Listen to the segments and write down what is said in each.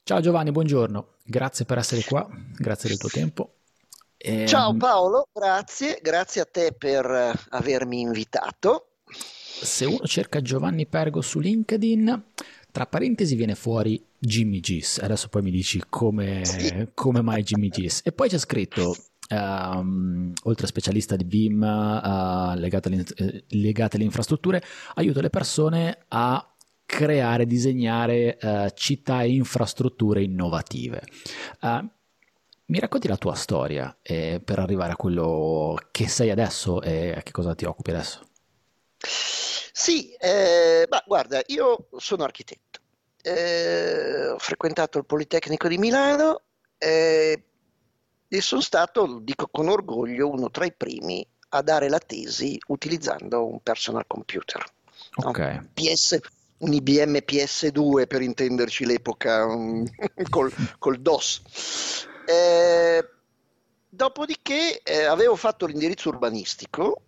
Ciao Giovanni, buongiorno, grazie per essere qua, grazie del tuo tempo. Ciao Ehm, Paolo, grazie a te per avermi invitato. Se uno cerca Giovanni Pergo su LinkedIn, tra parentesi viene fuori Jimmy Gis, adesso poi mi dici Sì, come mai Jimmy Gis. E poi c'è scritto, oltre a specialista di BIM legate alle infrastrutture, aiuta le persone a creare, disegnare città e infrastrutture innovative. Eh, Mi racconti la tua storia per arrivare a quello che sei adesso e a che cosa ti occupi adesso? sì, ma guarda, io sono architetto. Ho frequentato il Politecnico di Milano e sono stato, lo dico con orgoglio, uno tra i primi a dare la tesi utilizzando un personal computer, no? Ok. PS, un IBM PS2 per intenderci l'epoca, col DOS. Eh, Dopodiché avevo fatto l'indirizzo urbanistico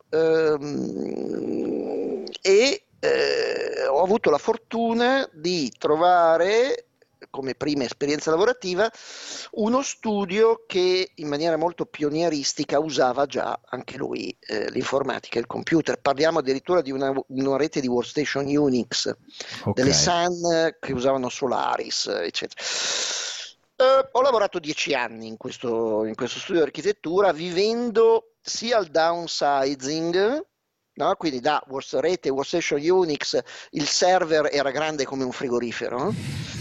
e ho avuto la fortuna di trovare come prima esperienza lavorativa uno studio che in maniera molto pionieristica usava già anche lui l'informatica e il computer. Parliamo addirittura di una rete di workstation Unix, Ok. delle SAN che usavano Solaris, eccetera. Ho lavorato 10 anni in questo studio di architettura, vivendo sia il downsizing, no? Quindi da rete workstation Unix il server era grande come un frigorifero,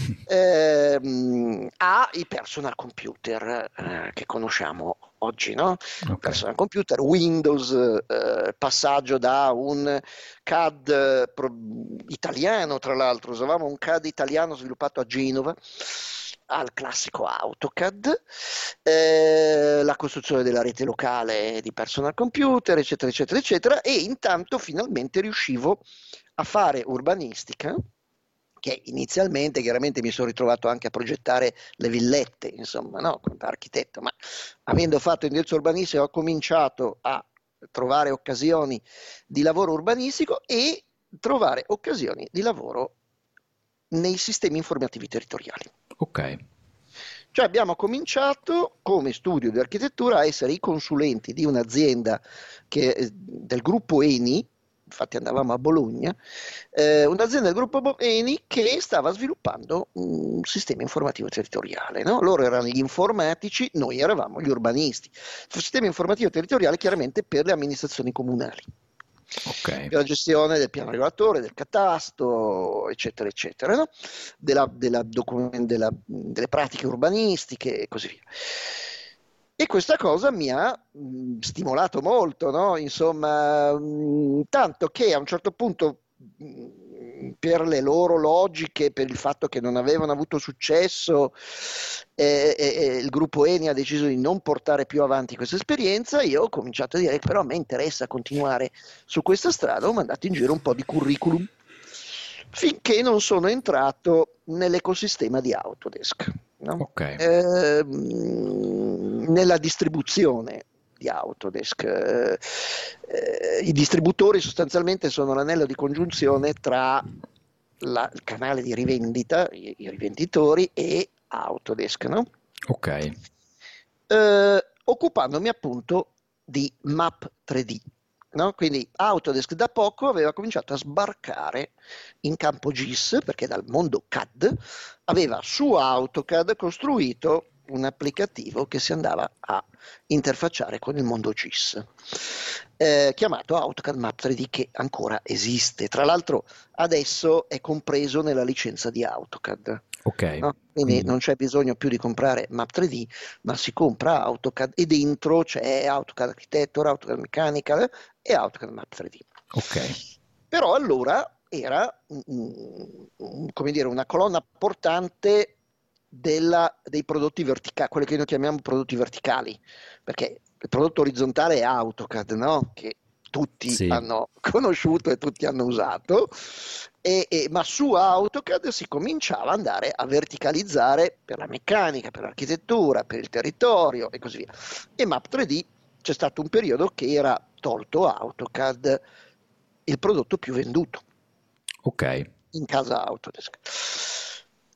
ai personal computer che conosciamo oggi, no? Ok. Personal computer, Windows, passaggio da un CAD italiano, tra l'altro, usavamo un CAD italiano sviluppato a Genova al classico AutoCAD, la costruzione della rete locale di personal computer, eccetera, eccetera, eccetera, e intanto finalmente riuscivo a fare urbanistica, che inizialmente chiaramente mi sono ritrovato anche a progettare le villette, insomma, no? Da architetto, ma avendo fatto indirizzo urbanistico ho cominciato a trovare occasioni di lavoro urbanistico e trovare occasioni di lavoro nei sistemi informativi territoriali. Ok. Cioè abbiamo cominciato come studio di architettura a essere i consulenti di un'azienda del gruppo Eni, infatti andavamo a Bologna, un'azienda del gruppo Eni che stava sviluppando un sistema informativo territoriale. No? Loro erano gli informatici, noi eravamo gli urbanisti. Un sistema informativo territoriale chiaramente per le amministrazioni comunali, Ok. per la gestione del piano regolatore, del catasto, eccetera, eccetera, no? Delle pratiche urbanistiche e così via. E questa cosa mi ha stimolato molto, no? Insomma, tanto che a un certo punto, per le loro logiche, per il fatto che non avevano avuto successo, il gruppo Eni ha deciso di non portare più avanti questa esperienza, io ho cominciato a dire però a me interessa continuare su questa strada, ho mandato in giro un po' di curriculum finché non sono entrato nell'ecosistema di Autodesk, no? Ok. Nella distribuzione di Autodesk. I distributori sostanzialmente sono l'anello di congiunzione tra il canale di rivendita, i rivenditori e Autodesk, no? Ok. Occupandomi appunto di map 3D. No? Quindi Autodesk da poco aveva cominciato a sbarcare in campo GIS, perché dal mondo CAD aveva su AutoCAD costruito un applicativo che si andava a interfacciare con il mondo GIS, chiamato AutoCAD Map 3D, che ancora esiste. Tra l'altro adesso è compreso nella licenza di AutoCAD. Ok. No? Quindi Quindi. non c'è bisogno più di comprare Map 3D, ma si compra AutoCAD e dentro c'è AutoCAD Architecture, AutoCAD Mechanical e AutoCAD Map 3D. Ok. Però allora era come dire, una colonna portante dei prodotti verticali, quelli che noi chiamiamo prodotti verticali, perché il prodotto orizzontale è AutoCAD, no? Che tutti Sì. hanno conosciuto e tutti hanno usato, ma su AutoCAD si cominciava ad andare a verticalizzare per la meccanica, per l'architettura, per il territorio e così via. E Map 3D c'è stato un periodo che era, tolto AutoCAD, il prodotto più venduto Ok. in casa Autodesk.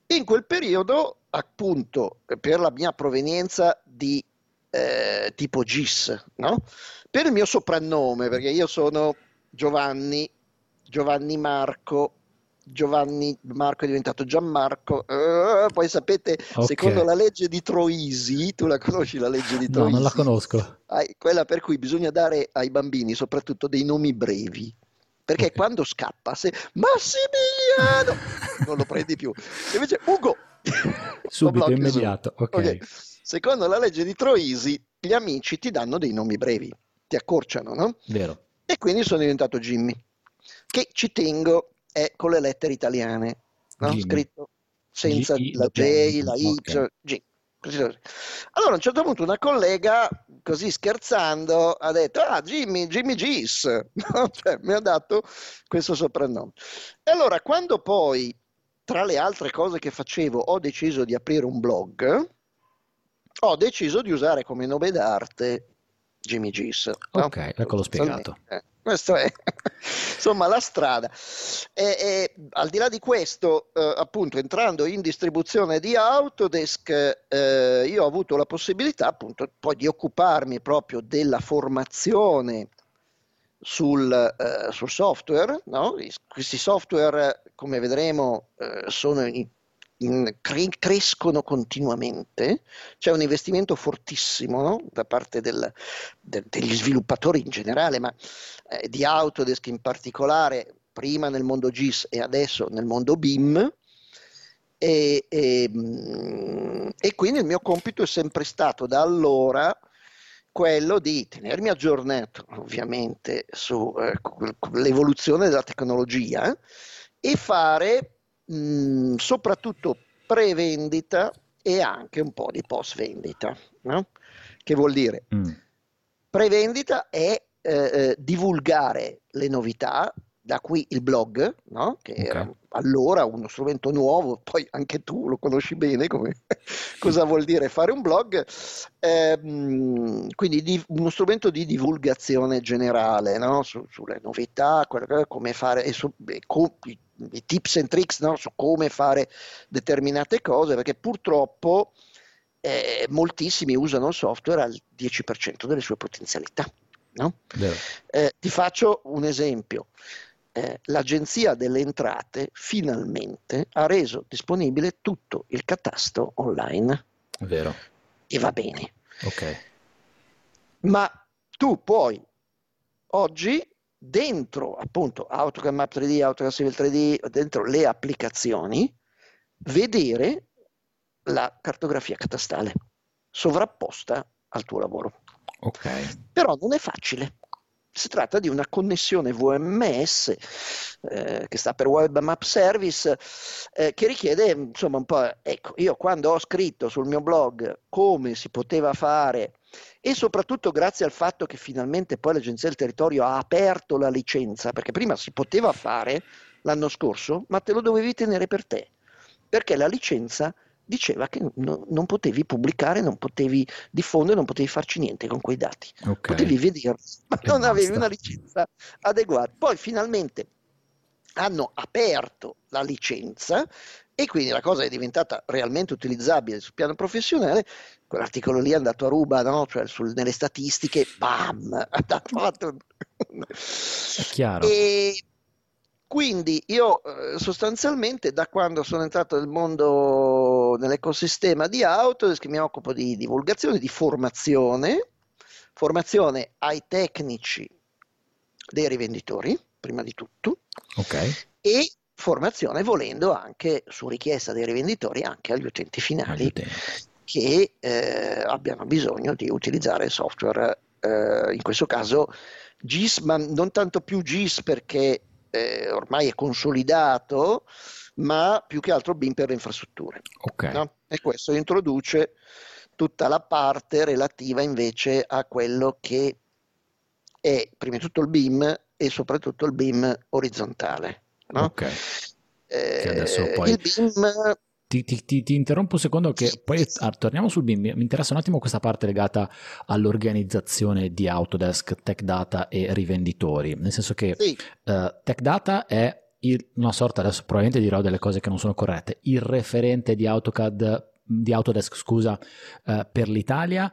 In quel periodo, appunto, per la mia provenienza di tipo GIS, no? Per il mio soprannome, perché io sono Giovanni, Giovanni Marco, Giovanni Marco è diventato Gianmarco, poi sapete, Ok. secondo la legge di Troisi, tu la conosci la legge di No, non la Troisi? conosco. Quella per cui bisogna dare ai bambini soprattutto dei nomi brevi, perché Ok. quando scappa, se Massimiliano non lo prendi più, se invece Ugo lo Subito, blocchi subito. immediato. Ok. Ok. Secondo la legge di Troisi, gli amici ti danno dei nomi brevi, ti accorciano, no? Vero. E quindi sono diventato Jimmy, che ci tengo è con le lettere italiane, no? Jimmy. Scritto senza la G-I-M. J, la Y, Ok. G. Così. Allora a un certo punto una collega, così scherzando, ha detto, ah Jimmy, Jimmy Gis, no? Cioè, mi ha dato questo soprannome. E allora quando poi, tra le altre cose che facevo, ho deciso di aprire un blog, ho deciso di usare come nome d'arte Jimmy Gis, no? Ok, eccolo Sostanzialmente. spiegato. Questa è insomma la strada. Al di là di questo, appunto, entrando in distribuzione di Autodesk, io ho avuto la possibilità appunto poi di occuparmi proprio della formazione sul software, no? Questi software, come vedremo, crescono continuamente, c'è un investimento fortissimo, no? Da parte degli sviluppatori in generale, ma di Autodesk in particolare, prima nel mondo GIS e adesso nel mondo BIM. E quindi il mio compito è sempre stato da allora quello di tenermi aggiornato ovviamente sull'evoluzione della tecnologia e fare soprattutto pre-vendita e anche un po' di post-vendita, no? Che vuol dire? Mm. Pre-vendita è divulgare le novità, da qui il blog, no? Che Ok. era allora uno strumento nuovo, poi anche tu lo conosci bene come cosa vuol dire fare un blog, quindi uno strumento di divulgazione generale, no? Sulle novità, come fare, i tips and tricks, no? Su come fare determinate cose, perché purtroppo moltissimi usano il software al 10% delle sue potenzialità. No? Vero. Ti faccio un esempio. L'Agenzia delle Entrate finalmente ha reso disponibile tutto il catasto online Vero. e va bene. Ok. Ma tu puoi oggi dentro appunto AutoCAD Map 3D, AutoCAD Civil 3D, dentro le applicazioni, vedere la cartografia catastale sovrapposta al tuo lavoro. Ok. Però non è facile. Si tratta di una connessione VMS, che sta per Web Map Service, che richiede insomma un po'. Ecco, io quando ho scritto sul mio blog come si poteva fare e soprattutto grazie al fatto che finalmente poi l'Agenzia del Territorio ha aperto la licenza, perché prima si poteva fare l'anno scorso, ma te lo dovevi tenere per te, perché la licenza diceva che non potevi pubblicare, non potevi diffondere, non potevi farci niente con quei dati. Ok. Potevi vederli, ma E non avevi una basta. licenza adeguata. Poi finalmente hanno aperto la licenza e quindi la cosa è diventata realmente utilizzabile sul piano professionale. Quell'articolo lì è andato a ruba, no? Cioè nelle statistiche, bam, ha fatto. È chiaro. E quindi io sostanzialmente da quando sono entrato nel mondo, nell'ecosistema di Autodesk mi occupo di divulgazione, di formazione ai tecnici dei rivenditori, prima di tutto, Ok. e formazione volendo anche su richiesta dei rivenditori anche agli utenti Agli finali utenti. che abbiano bisogno di utilizzare software, in questo caso GIS, ma non tanto più GIS perché ormai è consolidato, ma più che altro BIM per le infrastrutture. Ok. No? E questo introduce tutta la parte relativa invece a quello che è prima di tutto il BIM e soprattutto il BIM orizzontale. No? Ok. Che adesso poi Il BIM. ti interrompo un secondo che poi torniamo sul BIM. Mi interessa un attimo questa parte legata all'organizzazione di Autodesk, Tech Data e rivenditori, nel senso che Sì, Tech Data è una sorta, adesso probabilmente dirò delle cose che non sono corrette, il referente di AutoCAD, di Autodesk, scusa, per l'Italia,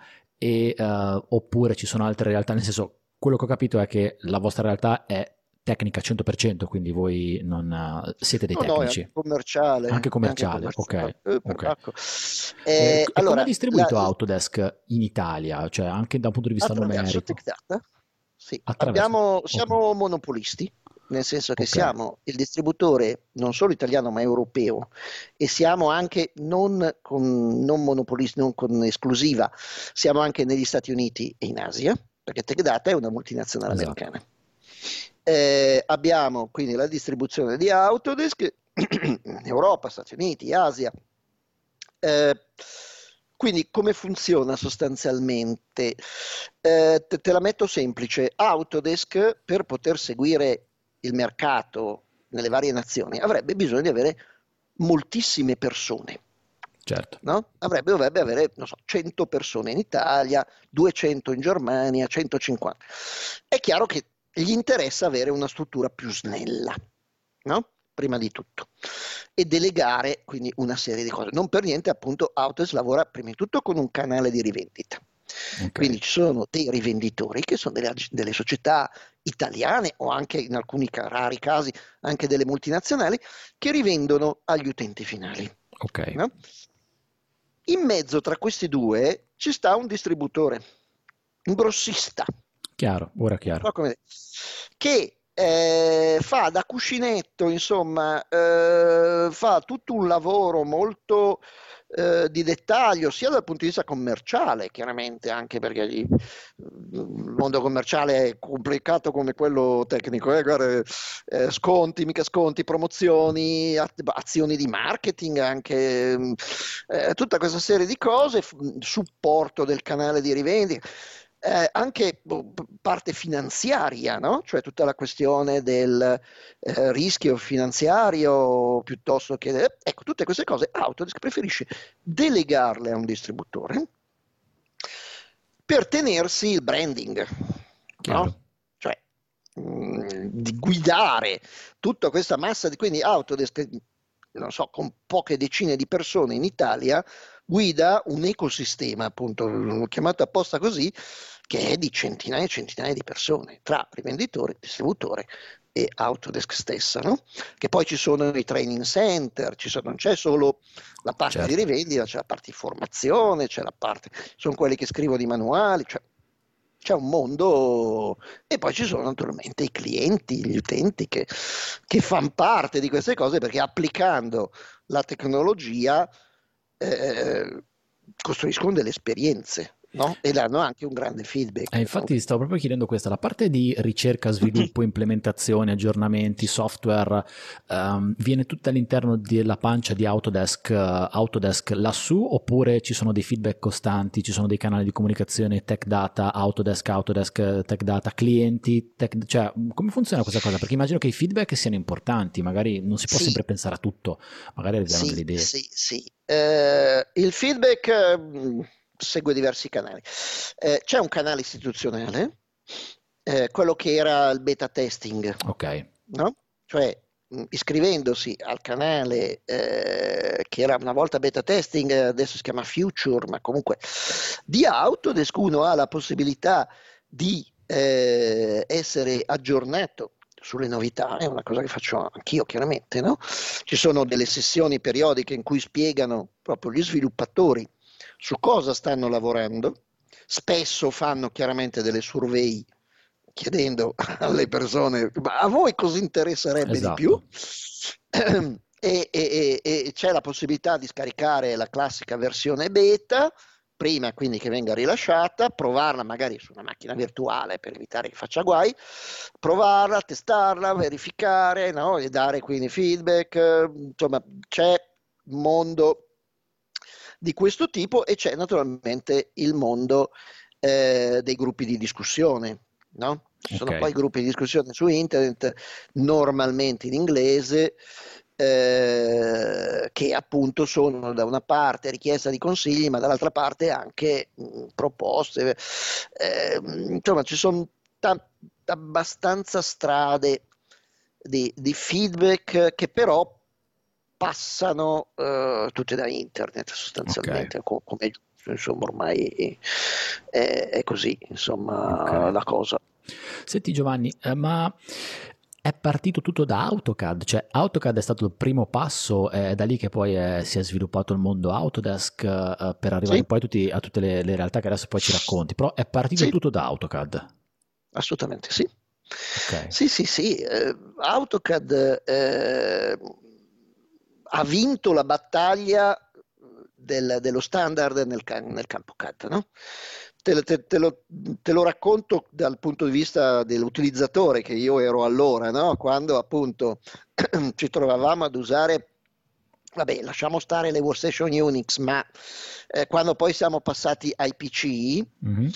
oppure ci sono altre realtà, nel senso, quello che ho capito è che la vostra realtà è tecnica 100%, quindi voi non siete dei No, no, è tecnici, anche commerciale, anche è anche commerciale, commerciale. ok, ok. Ecco. E come è Allora, distribuito Autodesk in Italia, cioè anche da un punto di vista attraverso numerico? TechData, sì, Attraverso, ok, siamo monopolisti, nel senso che ok, siamo il distributore non solo italiano ma europeo e siamo anche non monopolisti, non con esclusiva, siamo anche negli Stati Uniti e in Asia, perché TechData è una multinazionale esatto, americana. Abbiamo quindi la distribuzione di Autodesk in Europa, Stati Uniti, Asia. Eh, quindi come funziona sostanzialmente? Te la metto semplice. Autodesk per poter seguire il mercato nelle varie nazioni avrebbe bisogno di avere moltissime persone. certo, No? Dovrebbe avere, non so, 100 persone in Italia, 200 in Germania, 150. È chiaro che gli interessa avere una struttura più snella, no? Prima di tutto, e delegare quindi una serie di cose. Non per niente, appunto, Autodesk lavora prima di tutto con un canale di rivendita. ok, Quindi ci sono dei rivenditori che sono delle società italiane o anche in alcuni rari casi anche delle multinazionali che rivendono agli utenti finali. ok, No? In mezzo tra questi due ci sta un distributore, un grossista, chiaro, ora non chiaro, so che fa da cuscinetto, insomma, fa tutto un lavoro molto di dettaglio, sia dal punto di vista commerciale, chiaramente, anche perché il mondo commerciale è complicato come quello tecnico, guarda, sconti, mica sconti, promozioni, azioni di marketing, anche tutta questa serie di cose, supporto del canale di rivendita. Anche parte finanziaria, no? Cioè tutta la questione del rischio finanziario piuttosto che ecco, tutte queste cose Autodesk preferisce delegarle a un distributore per tenersi il branding, chiaro, no? Cioè di guidare tutta questa massa di quindi Autodesk, non so, con poche decine di persone in Italia guida un ecosistema, appunto, l'ho chiamato apposta così, che è di centinaia e centinaia di persone, tra rivenditore, distributore e Autodesk stessa, no? Che poi ci sono i training center, non c'è solo la parte di certo. rivendita, c'è la parte di formazione, sono quelli che scrivono i manuali, cioè c'è un mondo e poi ci sono naturalmente i clienti, gli utenti che fanno parte di queste cose perché applicando la tecnologia eh, costruiscono delle esperienze, no? E danno anche un grande feedback. No? Infatti stavo proprio chiedendo questa, la parte di ricerca, sviluppo, implementazione, aggiornamenti, software, viene tutta all'interno della pancia di Autodesk, Autodesk lassù, oppure ci sono dei feedback costanti, ci sono dei canali di comunicazione, tech data, Autodesk, Autodesk, tech data, clienti, cioè come funziona questa cosa? Perché immagino che i feedback siano importanti, magari non si può Sì, sempre pensare a tutto, magari arrivano delle sì, idee. sì, sì. Il feedback segue diversi canali. C'è un canale istituzionale, quello che era il beta testing, Ok, no? Cioè iscrivendosi al canale che era una volta beta testing, adesso si chiama Future, ma comunque di Autodesk uno ha la possibilità di essere aggiornato sulle novità, è una cosa che faccio anch'io chiaramente, no? Ci sono delle sessioni periodiche in cui spiegano proprio gli sviluppatori su cosa stanno lavorando, spesso fanno chiaramente delle survey chiedendo alle persone, ma a voi cosa interesserebbe di più? esatto, E c'è la possibilità di scaricare la classica versione beta prima quindi che venga rilasciata, provarla magari su una macchina virtuale per evitare che faccia guai, provarla, testarla, verificare, no? E dare quindi feedback, insomma c'è un mondo di questo tipo e c'è naturalmente il mondo dei gruppi di discussione, no? Ci ok, sono poi gruppi di discussione su internet, normalmente in inglese, che appunto sono da una parte richiesta di consigli, ma dall'altra parte anche proposte. Insomma, ci sono abbastanza strade di feedback che però passano tutte da internet sostanzialmente, come insomma ormai è così, insomma, Ok. la cosa. Senti Giovanni, ma è partito tutto da AutoCAD? Cioè AutoCAD è stato il primo passo, è da lì che poi si è sviluppato il mondo Autodesk per arrivare Sì, poi a tutte le realtà che adesso poi ci racconti, però è partito sì, tutto da AutoCAD. assolutamente sì. Ok, Sì, sì, sì, AutoCAD ha vinto la battaglia dello standard nel campo CAD, no? Te lo racconto dal punto di vista dell'utilizzatore che io ero allora, no? Quando appunto ci trovavamo ad usare, vabbè, lasciamo stare le workstation Unix, ma quando poi siamo passati ai PC, mhm.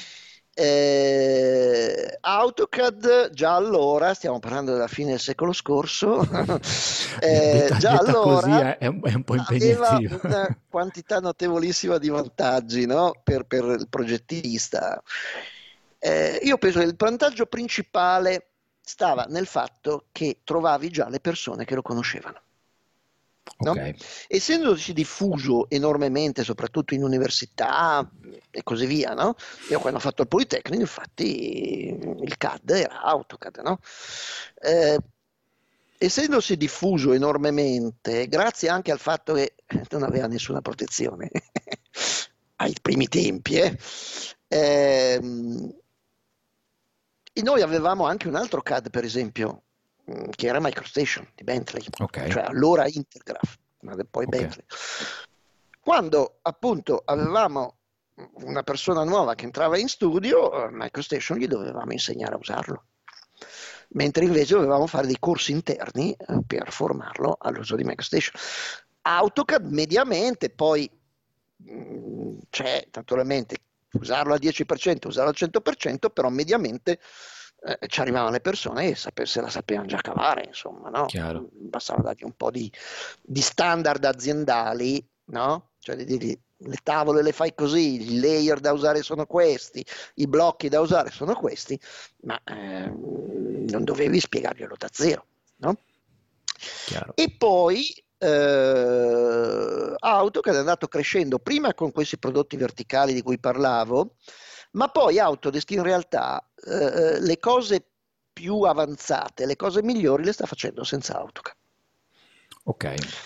AutoCAD già allora, stiamo parlando della fine del secolo scorso, già Detta così allora è un po' aveva impegnativo. una quantità notevolissima di vantaggi, no? Per il progettista. Io penso che il vantaggio principale stava nel fatto che trovavi già le persone che lo conoscevano. Ok, No? Essendosi diffuso enormemente, soprattutto in università e così via, no? Io quando ho fatto il Politecnico, infatti, il CAD era AutoCAD, no? Eh, Essendosi diffuso enormemente, grazie anche al fatto che non aveva nessuna protezione ai primi tempi, ehm, e noi avevamo anche un altro CAD, per esempio, che era MicroStation di Bentley, ok, cioè allora Intergraph, ma poi ok, Bentley. Quando appunto avevamo una persona nuova che entrava in studio, MicroStation gli dovevamo insegnare a usarlo, mentre invece dovevamo fare dei corsi interni per formarlo all'uso di MicroStation. AutoCAD mediamente, poi c'è naturalmente usarlo al 10%, usarlo al 100%, però mediamente ci arrivavano le persone e se la sapevano già cavare, insomma, no? chiaro. Bastava dargli un po' di standard aziendali, no? Cioè di dirgli le tavole le fai così, i layer da usare sono questi, i blocchi da usare sono questi, ma non dovevi spiegarglielo da zero, no? Chiaro. E poi AutoCAD è andato crescendo prima con questi prodotti verticali di cui parlavo, ma poi Autodesk in realtà le cose più avanzate, le cose migliori le sta facendo senza AutoCAD. Ok,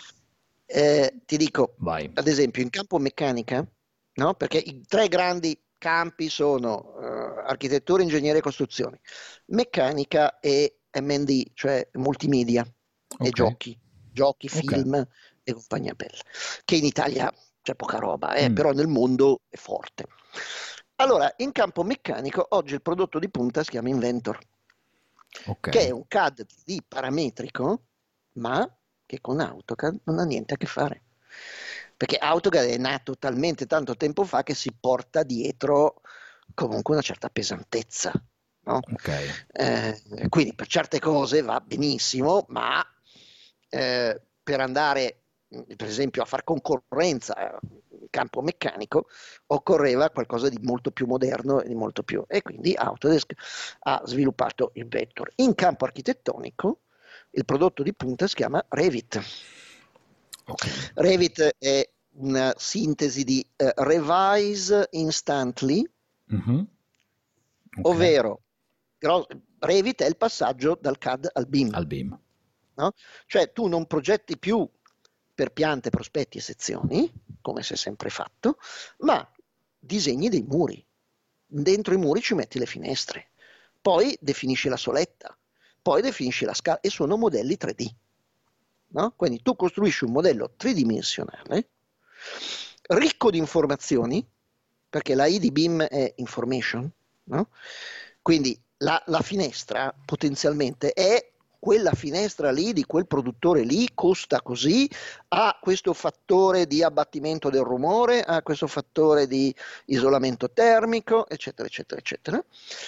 Ti dico, vai. ad esempio, in campo meccanica, no? Perché i tre grandi campi sono architettura, ingegneria e costruzioni, meccanica e M&D, cioè multimedia e Ok, giochi, ok. film e compagnia bella, che in Italia c'è poca roba, Mm, però nel mondo è forte. Allora, in campo meccanico, oggi il prodotto di punta si chiama Inventor, ok, che è un CAD di parametrico, ma che con AutoCAD non ha niente a che fare. Perché AutoCAD è nato talmente tanto tempo fa che si porta dietro comunque una certa pesantezza, no? ok. Quindi per certe cose va benissimo, ma per andare, per esempio, a far concorrenza in campo meccanico, occorreva qualcosa di molto più moderno e di molto più. E quindi Autodesk ha sviluppato il Vector. In campo architettonico, il prodotto di punta si chiama Revit. Ok. Revit è una sintesi di Revise Instantly, Mhm. Ok. ovvero Revit è il passaggio dal CAD al BIM, Al BIM. no? Cioè tu non progetti più per piante, prospetti e sezioni, come si è sempre fatto, ma disegni dei muri. Dentro i muri ci metti le finestre, poi definisci la soletta, poi definisci la scala e sono modelli 3D. No? Quindi tu costruisci un modello tridimensionale, ricco di informazioni, perché la I di BIM è information, no? Quindi la finestra potenzialmente è quella finestra lì di quel produttore lì, costa così, ha questo fattore di abbattimento del rumore, ha questo fattore di isolamento termico, eccetera, eccetera, eccetera.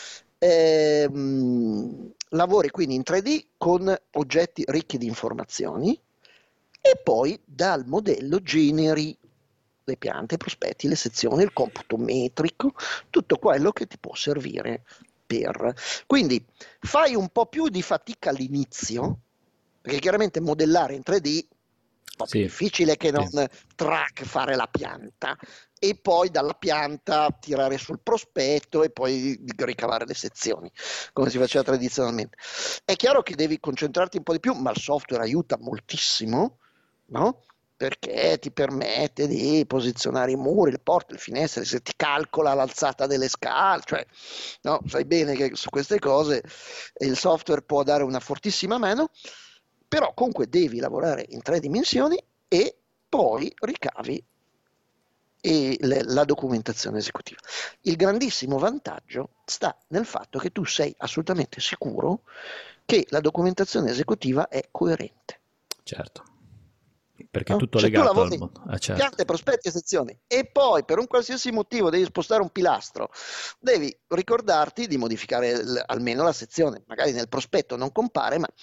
Lavori quindi in 3D con oggetti ricchi di informazioni e poi dal modello generi le piante, i prospetti, le sezioni, il computo metrico, tutto quello che ti può servire per. Quindi fai un po' più di fatica all'inizio, perché chiaramente modellare in 3D è un po' più Sì, difficile che non sì, track fare la pianta e poi dalla pianta tirare sul prospetto e poi ricavare le sezioni, come si faceva tradizionalmente. È chiaro che devi concentrarti un po' di più, ma il software aiuta moltissimo, no? Perché ti permette di posizionare i muri, le porte, le finestre, se ti calcola l'alzata delle scale, cioè, no? Sai bene che su queste cose il software può dare una fortissima mano, però comunque devi lavorare in 3 dimensioni e poi ricavi la documentazione esecutiva. Il grandissimo vantaggio sta nel fatto che tu sei assolutamente sicuro che la documentazione esecutiva è coerente. certo. Perché è No? tutto Se tu legato al lavori mondo. Certo. piante, prospetti e sezioni e poi per un qualsiasi motivo devi spostare un pilastro, devi ricordarti di modificare almeno la sezione, magari nel prospetto non compare, ma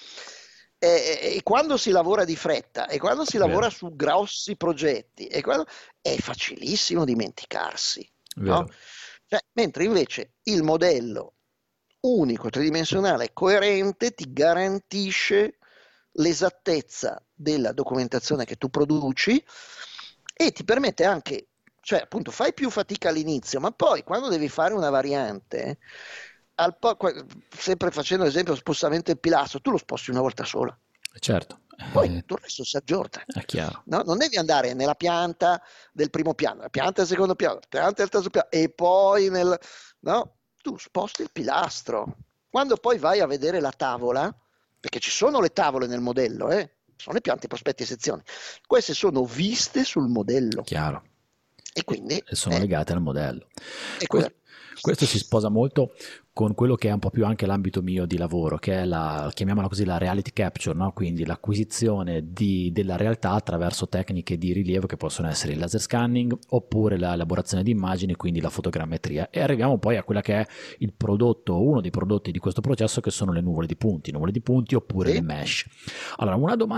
e quando si lavora di fretta e quando si Vero, lavora su grossi progetti è facilissimo dimenticarsi, no? vero. Cioè, mentre invece il modello unico, tridimensionale, coerente ti garantisce l'esattezza della documentazione che tu produci e ti permette anche, cioè appunto fai più fatica all'inizio, ma poi quando devi fare una variante, sempre facendo esempio lo spostamento del pilastro, tu lo sposti una volta sola. Certo, Poi tutto il resto si aggiorna. è chiaro. No? Non devi andare nella pianta del primo piano, la pianta del secondo piano, la pianta del terzo piano e poi nel... No? Tu sposti il pilastro. Quando poi vai a vedere la tavola, perché ci sono le tavole nel modello, sono le piante, i prospetti e sezioni. Queste sono viste sul modello Chiaro. e quindi E sono legate al modello. è Que- quello. Questo si sposa molto con quello che è un po' più anche l'ambito mio di lavoro, che è la, chiamiamola così, la reality capture, no? Quindi l'acquisizione della realtà attraverso tecniche di rilievo che possono essere il laser scanning oppure l'elaborazione di immagini, quindi la fotogrammetria. E arriviamo poi a quella che è il prodotto, uno dei prodotti di questo processo, che sono le nuvole di punti oppure le Sì? mesh. Allora,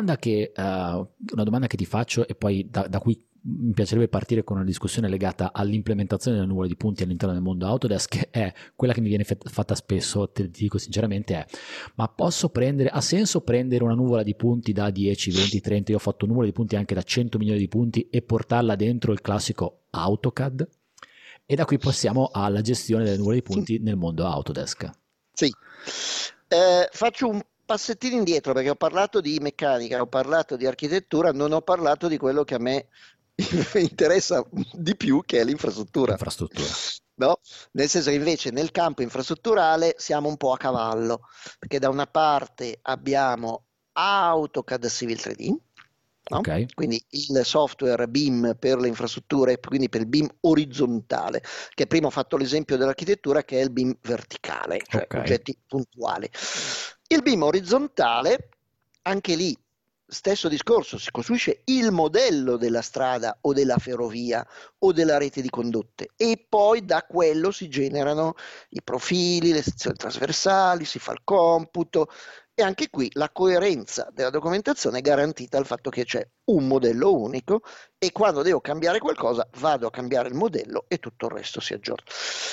una domanda che ti faccio e poi da cui mi piacerebbe partire con una discussione legata all'implementazione delle nuvole di punti all'interno del mondo Autodesk, è quella che mi viene fatta spesso, ti dico sinceramente, ma ha senso prendere una nuvola di punti da 10, 20, 30, io ho fatto nuvole di punti anche da 100 milioni di punti e portarla dentro il classico AutoCAD? E da qui passiamo alla gestione delle nuvole di punti nel mondo Autodesk. Sì. Faccio un passettino indietro perché ho parlato di meccanica, ho parlato di architettura, non ho parlato di quello che a me interessa di più, che è l'infrastruttura. Infrastruttura. No? Nel senso che invece nel campo infrastrutturale siamo un po' a cavallo, perché da una parte abbiamo AutoCAD Civil 3D, no? Ok, Quindi il software BIM per le infrastrutture, quindi per il BIM orizzontale, che prima ho fatto l'esempio dell'architettura che è il BIM verticale, cioè ok, oggetti puntuali. Il BIM orizzontale, anche lì, stesso discorso, si costruisce il modello della strada o della ferrovia o della rete di condotte e poi da quello si generano i profili, le sezioni trasversali, si fa il computo e anche qui la coerenza della documentazione è garantita dal fatto che c'è un modello unico e quando devo cambiare qualcosa vado a cambiare il modello e tutto il resto si aggiorna.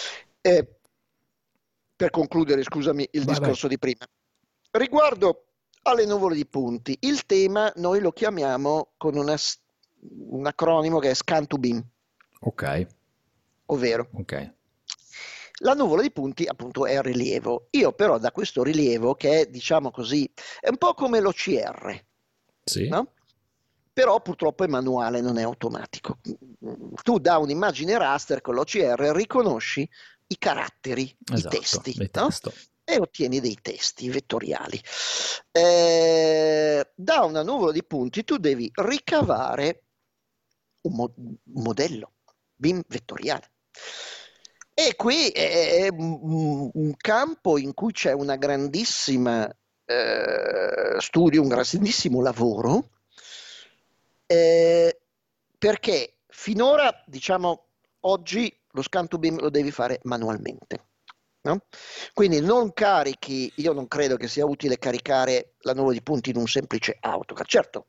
Per concludere, scusami, il vai vai. discorso di prima. Riguardo alle nuvole di punti, il tema noi lo chiamiamo con un acronimo che è Scan2BIM, Ok, ovvero ok, la nuvola di punti appunto è il rilievo. Io però da questo rilievo che è, diciamo così, è un po' come l'OCR, sì, no? Però purtroppo è manuale, non è automatico. Tu da un'immagine raster con l'OCR riconosci i caratteri, i esatto, testi, dei no? testo. E ottieni dei testi vettoriali. Da una nuvola di punti tu devi ricavare un modello BIM vettoriale. E qui è un campo in cui c'è una grandissima studio, un grandissimo lavoro, eh, perché finora, diciamo, oggi lo scan to BIM lo devi fare manualmente. No? Quindi non carichi, io non credo che sia utile caricare la nuvola di punti in un semplice AutoCAD. Certo,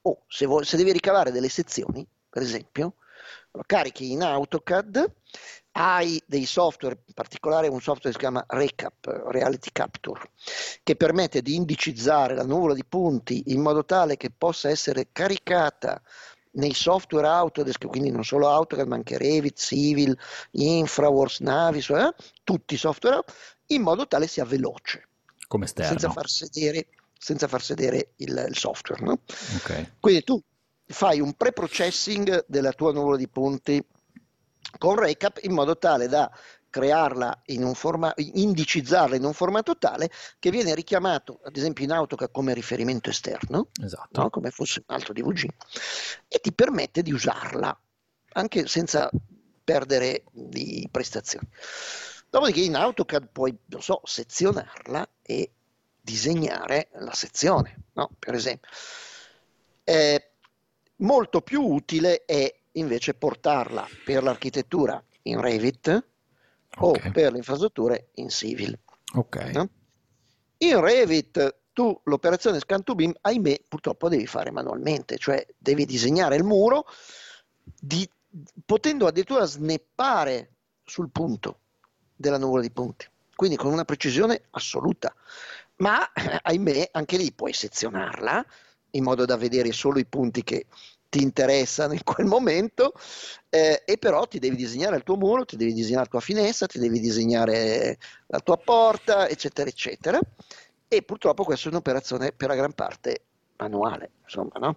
se devi ricavare delle sezioni, per esempio, lo carichi in AutoCAD, hai dei software, in particolare un software che si chiama Recap, Reality Capture, che permette di indicizzare la nuvola di punti in modo tale che possa essere caricata nei software Autodesk, quindi non solo AutoCAD, ma anche Revit, Civil, InfraWorks, Navis, tutti i software, in modo tale sia veloce, come senza esterno. senza far sedere il software. No? Ok. Quindi tu fai un pre-processing della tua nuvola di punti con Recap in modo tale da crearla indicizzarla in un formato tale che viene richiamato, ad esempio in AutoCAD come riferimento esterno, Esatto. no? Come fosse un altro DVG, e ti permette di usarla anche senza perdere di prestazioni. Dopodiché in AutoCAD puoi, non so, sezionarla e disegnare la sezione, no? Per esempio. Molto più utile è invece portarla per l'architettura in Revit Ok. o per le infrastrutture in Civil. Ok. No? In Revit tu l'operazione scan to beam, ahimè, purtroppo devi fare manualmente, cioè devi disegnare il muro di, potendo addirittura sneppare sul punto della nuvola di punti, quindi con una precisione assoluta. Ma ahimè, anche lì puoi sezionarla in modo da vedere solo i punti che ti interessano in quel momento, e però ti devi disegnare il tuo muro, ti devi disegnare la tua finestra, ti devi disegnare la tua porta, eccetera, eccetera. E purtroppo questa è un'operazione per la gran parte manuale, insomma, no?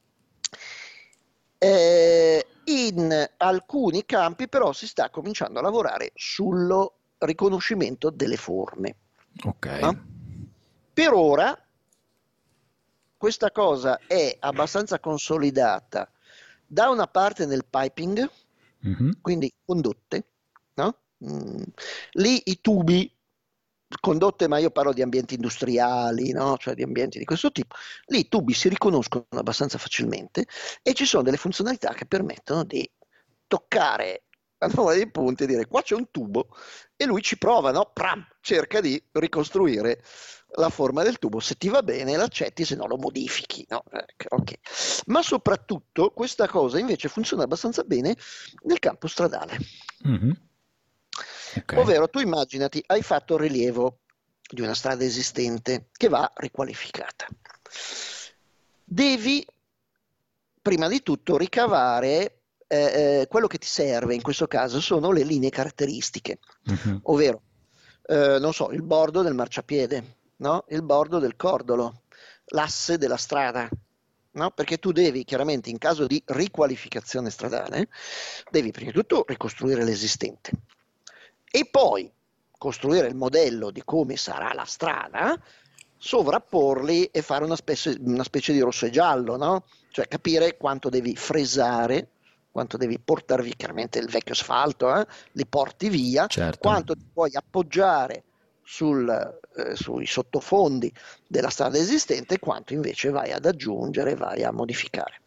In alcuni campi però si sta cominciando a lavorare sullo riconoscimento delle forme, Ok. no? Per ora questa cosa è abbastanza consolidata da una parte nel piping, Mhm. quindi condotte, no? Lì i tubi, condotte, ma io parlo di ambienti industriali, no? Cioè di ambienti di questo tipo, lì i tubi si riconoscono abbastanza facilmente e ci sono delle funzionalità che permettono di toccare la nuvola dei punti e dire qua c'è un tubo e lui ci prova, no? Pram, cerca di ricostruire la forma del tubo, se ti va bene l'accetti, se no lo modifichi, no? Okay. Ma soprattutto questa cosa invece funziona abbastanza bene nel campo stradale. Mhm. Ok. Ovvero, tu immaginati, hai fatto il rilievo di una strada esistente che va riqualificata. Devi, prima di tutto, ricavare quello che ti serve, in questo caso sono le linee caratteristiche, Mhm. ovvero, non so, il bordo del marciapiede, no? Il bordo del cordolo, l'asse della strada, no? Perché tu devi, chiaramente, in caso di riqualificazione stradale, devi prima di tutto ricostruire l'esistente e poi costruire il modello di come sarà la strada, sovrapporli e fare una specie di rosso e giallo, no? Cioè capire quanto devi fresare, quanto devi portare via, chiaramente il vecchio asfalto, li porti via, Certo. quanto ti puoi appoggiare sui sottofondi della strada esistente e quanto invece vai ad aggiungere, vai a modificare.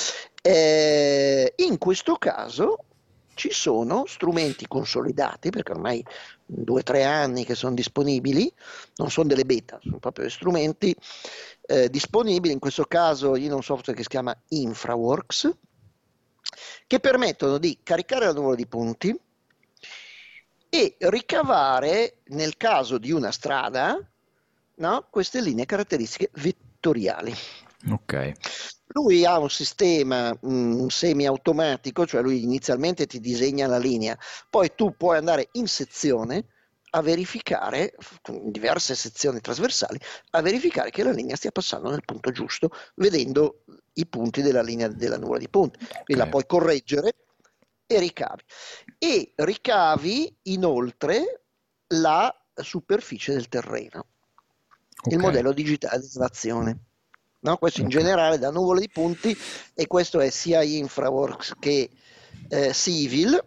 In questo caso ci sono strumenti consolidati, perché ormai 2 o 3 anni che sono disponibili, non sono delle beta, sono proprio strumenti disponibili, in questo caso in un software che si chiama InfraWorks, che permettono di caricare la nuvola di punti e ricavare, nel caso di una strada, no, queste linee caratteristiche vettoriali. Ok. Lui ha un sistema semi-automatico, cioè lui inizialmente ti disegna la linea, poi tu puoi andare in sezione a verificare, con diverse sezioni trasversali, a verificare che la linea stia passando nel punto giusto, vedendo i punti della linea della nuvola di punti. Quindi la Ok. puoi correggere e ricavi. E ricavi inoltre la superficie del terreno, il Ok. modello digitale di elevazione. No? Questo in Ok. generale da nuvole di punti, e questo è sia InfraWorks che Civil,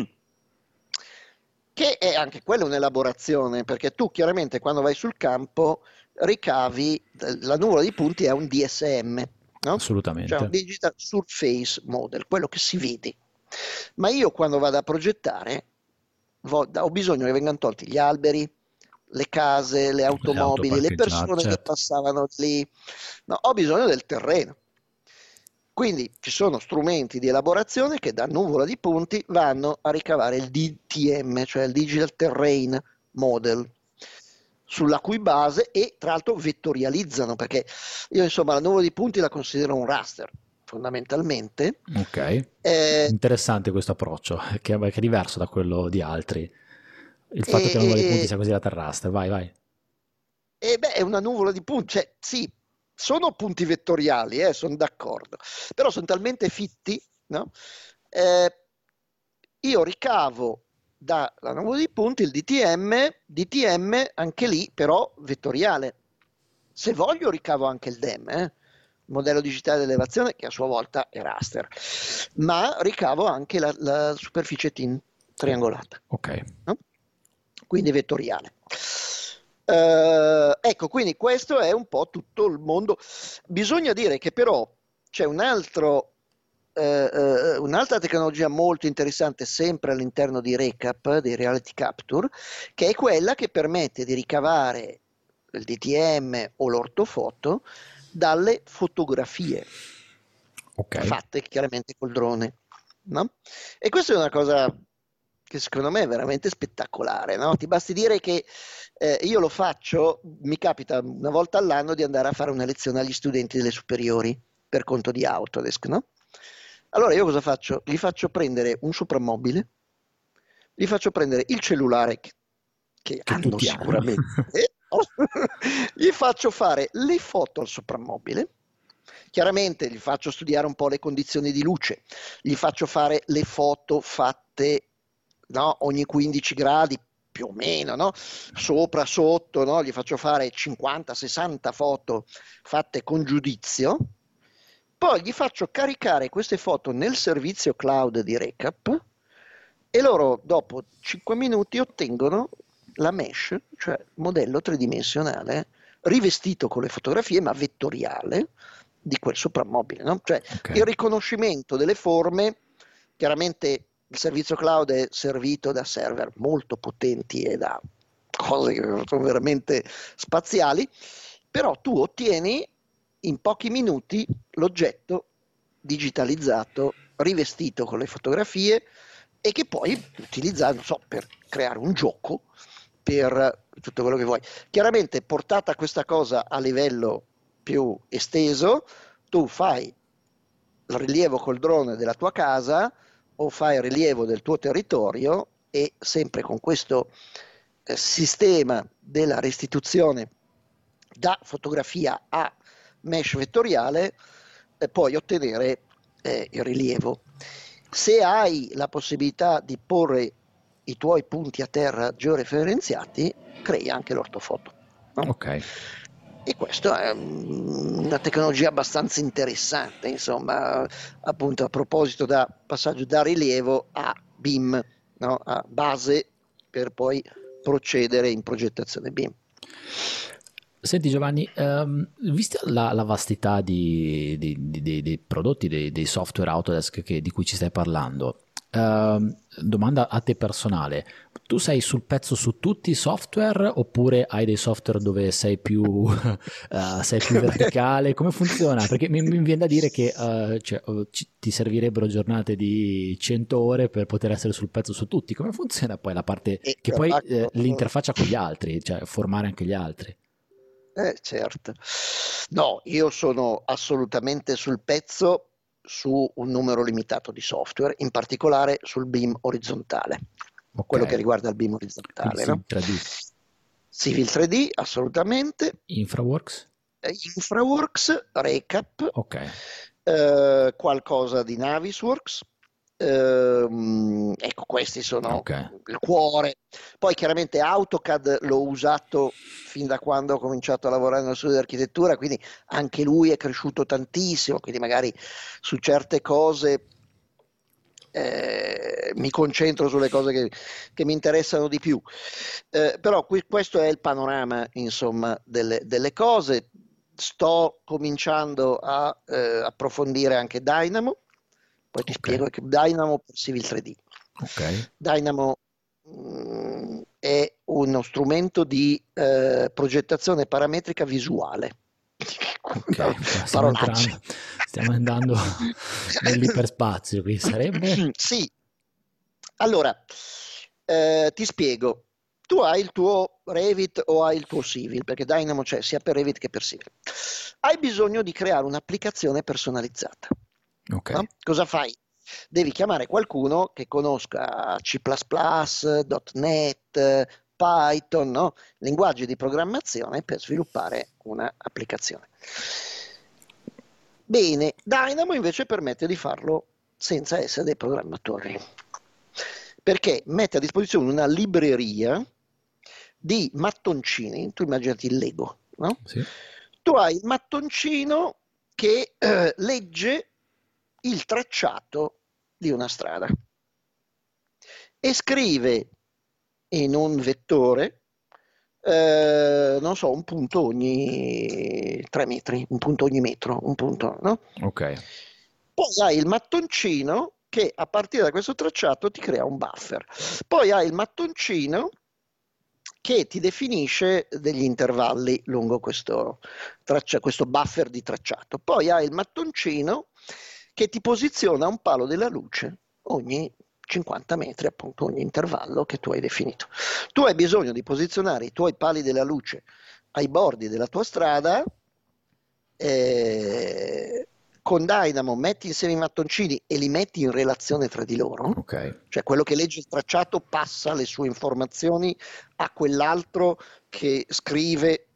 che è anche quella un'elaborazione, perché tu chiaramente quando vai sul campo ricavi, la nuvola di punti è un DSM, no? Cioè un Assolutamente. Digital Surface Model, quello che si vede. Ma io quando vado a progettare ho bisogno che vengano tolti gli alberi, le case, le Le auto automobili, le parcheggiate, persone che certo. passavano lì. No, ho bisogno del terreno. Quindi ci sono strumenti di elaborazione che da nuvola di punti vanno a ricavare il DTM, cioè il Digital Terrain Model, sulla cui base, e tra l'altro vettorializzano, perché io insomma la nuvola di punti la considero un raster fondamentalmente. Ok, eh, interessante questo approccio, che è diverso da quello di altri. Il e, fatto che la nuvola di punti e- sia così terrestre, vai, vai. E beh, è una nuvola di punti, cioè sì, sono punti vettoriali, sono d'accordo, però sono talmente fitti, no? Eh, io ricavo dalla nuvola di punti il DTM anche lì però vettoriale. Se voglio ricavo anche il DEM, modello digitale di elevazione, che a sua volta è raster, ma ricavo anche la superficie TIN triangolata, Ok, no? Quindi vettoriale. Ecco, quindi questo è un po' tutto il mondo. Bisogna dire che però c'è un'altra tecnologia molto interessante sempre all'interno di Recap, di Reality Capture, che è quella che permette di ricavare il DTM o l'ortofoto dalle fotografie ok. fatte chiaramente col drone, no? E questa è una cosa che secondo me è veramente spettacolare, no? Ti basti dire che io lo faccio, mi capita una volta all'anno di andare a fare una lezione agli studenti delle superiori per conto di Autodesk, no? Allora io cosa faccio? Gli faccio prendere un soprammobile, gli faccio prendere il cellulare che Che hanno tutti hanno. sicuramente, gli faccio fare le foto al soprammobile, chiaramente gli faccio studiare un po' le condizioni di luce, gli faccio fare le foto fatte, no, ogni 15 gradi più o meno, no? Sopra, sotto, no? Gli faccio fare 50-60 foto fatte con giudizio, poi gli faccio caricare queste foto nel servizio cloud di Recap e loro dopo 5 minuti ottengono la mesh, cioè modello tridimensionale rivestito con le fotografie ma vettoriale di quel soprammobile, no? Cioè Ok, il riconoscimento delle forme, chiaramente il servizio cloud è servito da server molto potenti e da cose che sono veramente spaziali, però tu ottieni in pochi minuti l'oggetto digitalizzato, rivestito con le fotografie e che puoi utilizzare, non so, per creare un gioco, per tutto quello che vuoi. Chiaramente, portata questa cosa a livello più esteso, tu fai il rilievo col drone della tua casa o fai il rilievo del tuo territorio e sempre con questo sistema della restituzione da fotografia a mesh vettoriale puoi ottenere il rilievo. Se hai la possibilità di porre i tuoi punti a terra georeferenziati, crei anche l'ortofoto, no? ok. E questa è una tecnologia abbastanza interessante, insomma, appunto a proposito da passaggio da rilievo a BIM, no? A base per poi procedere in progettazione BIM. Senti Giovanni, vista la vastità dei prodotti, dei software Autodesk di cui ci stai parlando, domanda a te personale, tu sei sul pezzo su tutti i software oppure hai dei software dove sei più verticale? Come funziona? Perché mi viene da dire che ti servirebbero giornate di 100 ore per poter essere sul pezzo su tutti. Come funziona poi la parte E che tra poi l'altro, l'interfaccia con gli altri, cioè formare anche gli altri? certo. No, io sono assolutamente sul pezzo su un numero limitato di software, in particolare sul BIM orizzontale, Ok, quello che riguarda il BIM quindi orizzontale, sì, no? 3D. Civil 3D, assolutamente. Infraworks? Infraworks, Recap, Ok, qualcosa di Navisworks. Ecco, questi sono ok, il cuore. Poi chiaramente AutoCAD l'ho usato fin da quando ho cominciato a lavorare nello studio di architettura, quindi anche lui è cresciuto tantissimo, quindi magari su certe cose mi concentro sulle cose che mi interessano di più. Però questo è il panorama, insomma, delle cose. Sto cominciando a approfondire anche Dynamo, poi ti ok, spiego che Dynamo per Civil 3D. ok, Dynamo è uno strumento di progettazione parametrica visuale. Ok, Parolacce. stiamo andando nell'iperspazio, qui sarebbe? Sì, allora, ti spiego. Tu hai il tuo Revit o hai il tuo Civil, perché Dynamo c'è sia per Revit che per Civil. Hai bisogno di creare un'applicazione personalizzata. Ok, No? Cosa fai? Devi chiamare qualcuno che conosca C++, .NET, Python, no? Linguaggi di programmazione per sviluppare un'applicazione. Bene, Dynamo invece permette di farlo senza essere dei programmatori, perché mette a disposizione una libreria di mattoncini. Tu immaginati il Lego, no? sì, Tu hai il mattoncino che legge il tracciato di una strada e scrive in un vettore, non so, un punto ogni 3 metri, un punto ogni metro, un punto, no? ok, Poi hai il mattoncino che a partire da questo tracciato ti crea un buffer. Poi hai il mattoncino che ti definisce degli intervalli lungo questo buffer di tracciato. Poi hai il mattoncino che ti posiziona un palo della luce ogni 50 metri, appunto ogni intervallo che tu hai definito. Tu hai bisogno di posizionare i tuoi pali della luce ai bordi della tua strada. Con Dynamo metti insieme i mattoncini e li metti in relazione tra di loro, ok. cioè quello che legge il tracciato passa le sue informazioni a quell'altro che scrive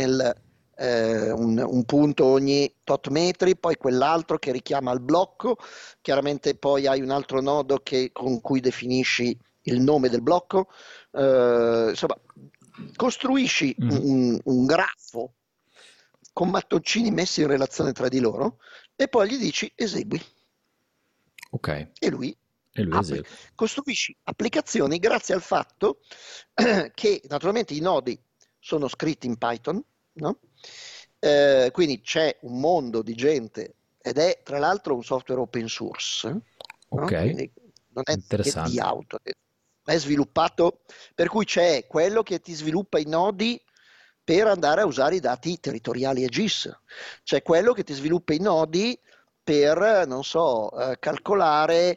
un punto ogni tot metri, poi quell'altro che richiama il blocco, chiaramente poi hai un altro nodo con cui definisci il nome del blocco, insomma costruisci Mhm. un grafo con mattoncini messi in relazione tra di loro e poi gli dici esegui Ok, e lui e lui apre. esegue. Costruisci applicazioni grazie al fatto che naturalmente i nodi sono scritti in Python, no? Quindi c'è un mondo di gente ed è tra l'altro un software open source, Ok, no? Quindi non è di interessante. auto, è sviluppato, per cui c'è quello che ti sviluppa i nodi per andare a usare i dati territoriali EGIS, c'è quello che ti sviluppa i nodi per, non so, calcolare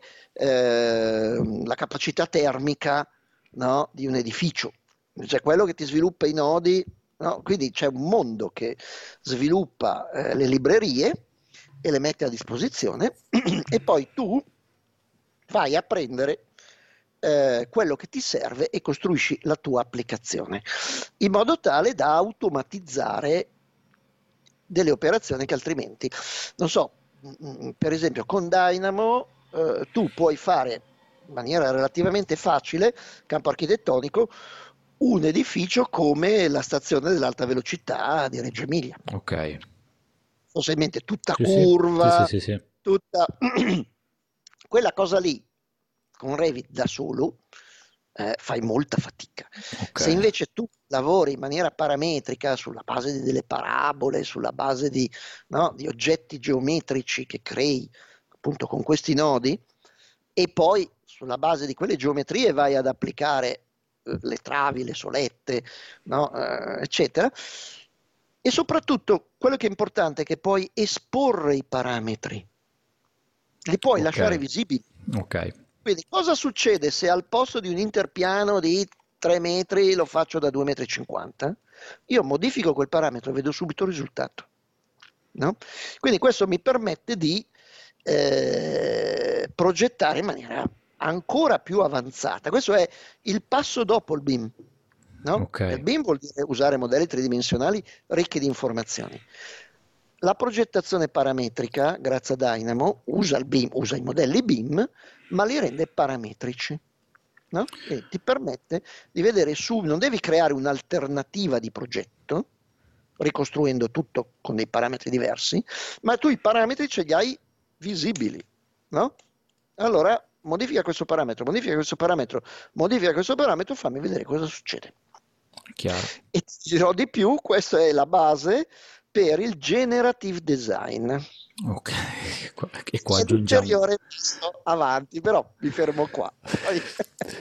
la capacità termica, no, di un edificio, c'è quello che ti sviluppa i nodi, no? Quindi c'è un mondo che sviluppa le librerie e le mette a disposizione e poi tu vai a prendere quello che ti serve e costruisci la tua applicazione in modo tale da automatizzare delle operazioni che altrimenti, non so, per esempio con Dynamo tu puoi fare in maniera relativamente facile, campo architettonico, un edificio come la stazione dell'alta velocità di Reggio Emilia, Ok, possibilmente tutta sì, sì, sì, sì, curva, sì, sì. tutta quella cosa lì con Revit da solo fai molta fatica. Ok, Se invece tu lavori in maniera parametrica sulla base di delle parabole, sulla base no, di oggetti geometrici che crei appunto con questi nodi e poi sulla base di quelle geometrie vai ad applicare le travi, le solette, no, eccetera. E soprattutto quello che è importante è che puoi esporre i parametri, li puoi ok, lasciare visibili. ok. Quindi cosa succede se al posto di un interpiano di 3 metri lo faccio da 2,50 m? Io modifico quel parametro e vedo subito il risultato. No? Quindi questo mi permette di progettare in maniera ancora più avanzata. Questo è il passo dopo il BIM. No? Ok, Il BIM vuol dire usare modelli tridimensionali ricchi di informazioni. La progettazione parametrica, grazie a Dynamo, usa il BIM, usa i modelli BIM, ma li rende parametrici. No? E ti permette di vedere non devi creare un'alternativa di progetto, ricostruendo tutto con dei parametri diversi, ma tu i parametri ce li hai visibili. No? Allora modifica questo parametro, modifica questo parametro, modifica questo parametro, fammi vedere cosa succede. chiaro. E ti dirò di più, questa è la base per il generative design. Ok, e qua È un aggiungiamo... ulteriore passo avanti, però mi fermo qua. Poi...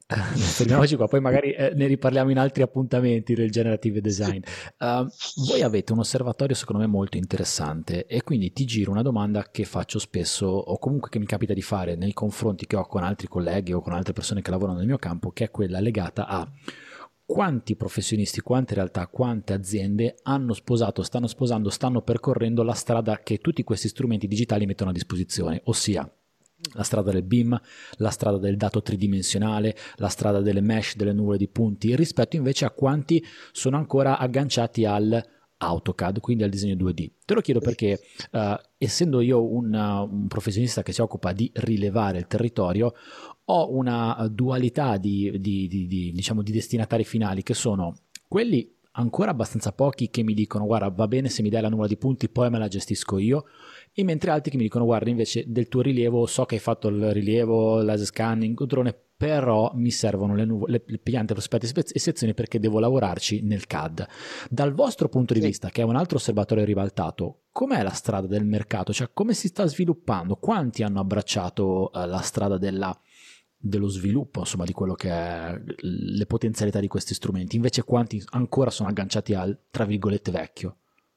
Fermiamoci qua, poi magari ne riparliamo in altri appuntamenti del generative design. Voi avete un osservatorio secondo me molto interessante e quindi ti giro una domanda che faccio spesso o comunque che mi capita di fare nei confronti che ho con altri colleghi o con altre persone che lavorano nel mio campo, che è quella legata a quanti professionisti, quante realtà, quante aziende hanno sposato, stanno sposando, stanno percorrendo la strada che tutti questi strumenti digitali mettono a disposizione, ossia la strada del BIM, la strada del dato tridimensionale, la strada delle mesh, delle nuvole di punti, rispetto invece a quanti sono ancora agganciati al AutoCAD, quindi al disegno 2D. Te lo chiedo perché, essendo io un professionista che si occupa di rilevare il territorio, ho una dualità diciamo, di destinatari finali che sono quelli ancora abbastanza pochi che mi dicono guarda va bene se mi dai la nuvola di punti poi me la gestisco io, e mentre altri che mi dicono guarda invece del tuo rilievo so che hai fatto il rilievo, laser scanning, drone, però mi servono le piante, prospetti e sezioni perché devo lavorarci nel CAD. Dal vostro punto di vista, che è un altro osservatorio ribaltato, com'è la strada del mercato? Cioè come si sta sviluppando? Quanti hanno abbracciato la strada dello sviluppo, insomma, di quello che è le potenzialità di questi strumenti? Invece quanti ancora sono agganciati al, tra virgolette, vecchio?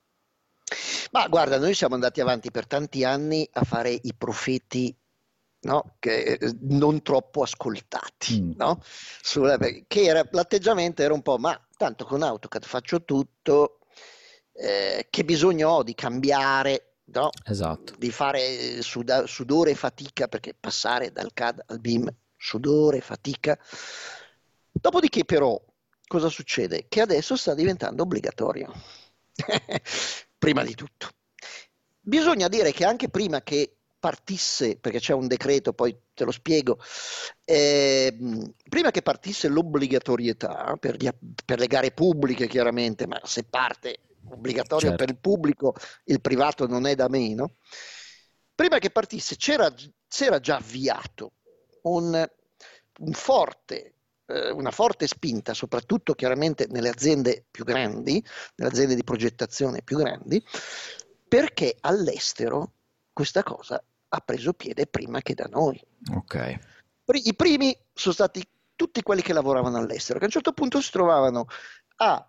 Ma guarda, noi siamo andati avanti per tanti anni a fare i profeti, no? Non troppo ascoltati, Mm, no? L'atteggiamento era un po', ma tanto con AutoCAD faccio tutto, che bisogno ho di cambiare, no? esatto. Di fare sudore e fatica, perché passare dal CAD al BIM, sudore e fatica. Dopodiché però, cosa succede? Che adesso sta diventando obbligatorio. Prima di tutto. Bisogna dire che anche prima che partisse, perché c'è un decreto, poi te lo spiego, prima che partisse l'obbligatorietà per le gare pubbliche chiaramente, ma se parte obbligatorio per Certo. il pubblico, il privato non è da meno, prima che partisse c'era già avviato un, un forte una forte spinta, soprattutto chiaramente nelle aziende più grandi, nelle aziende di progettazione più grandi, perché all'estero questa cosa ha preso piede prima che da noi. Ok. I primi sono stati tutti quelli che lavoravano all'estero, che a un certo punto si trovavano a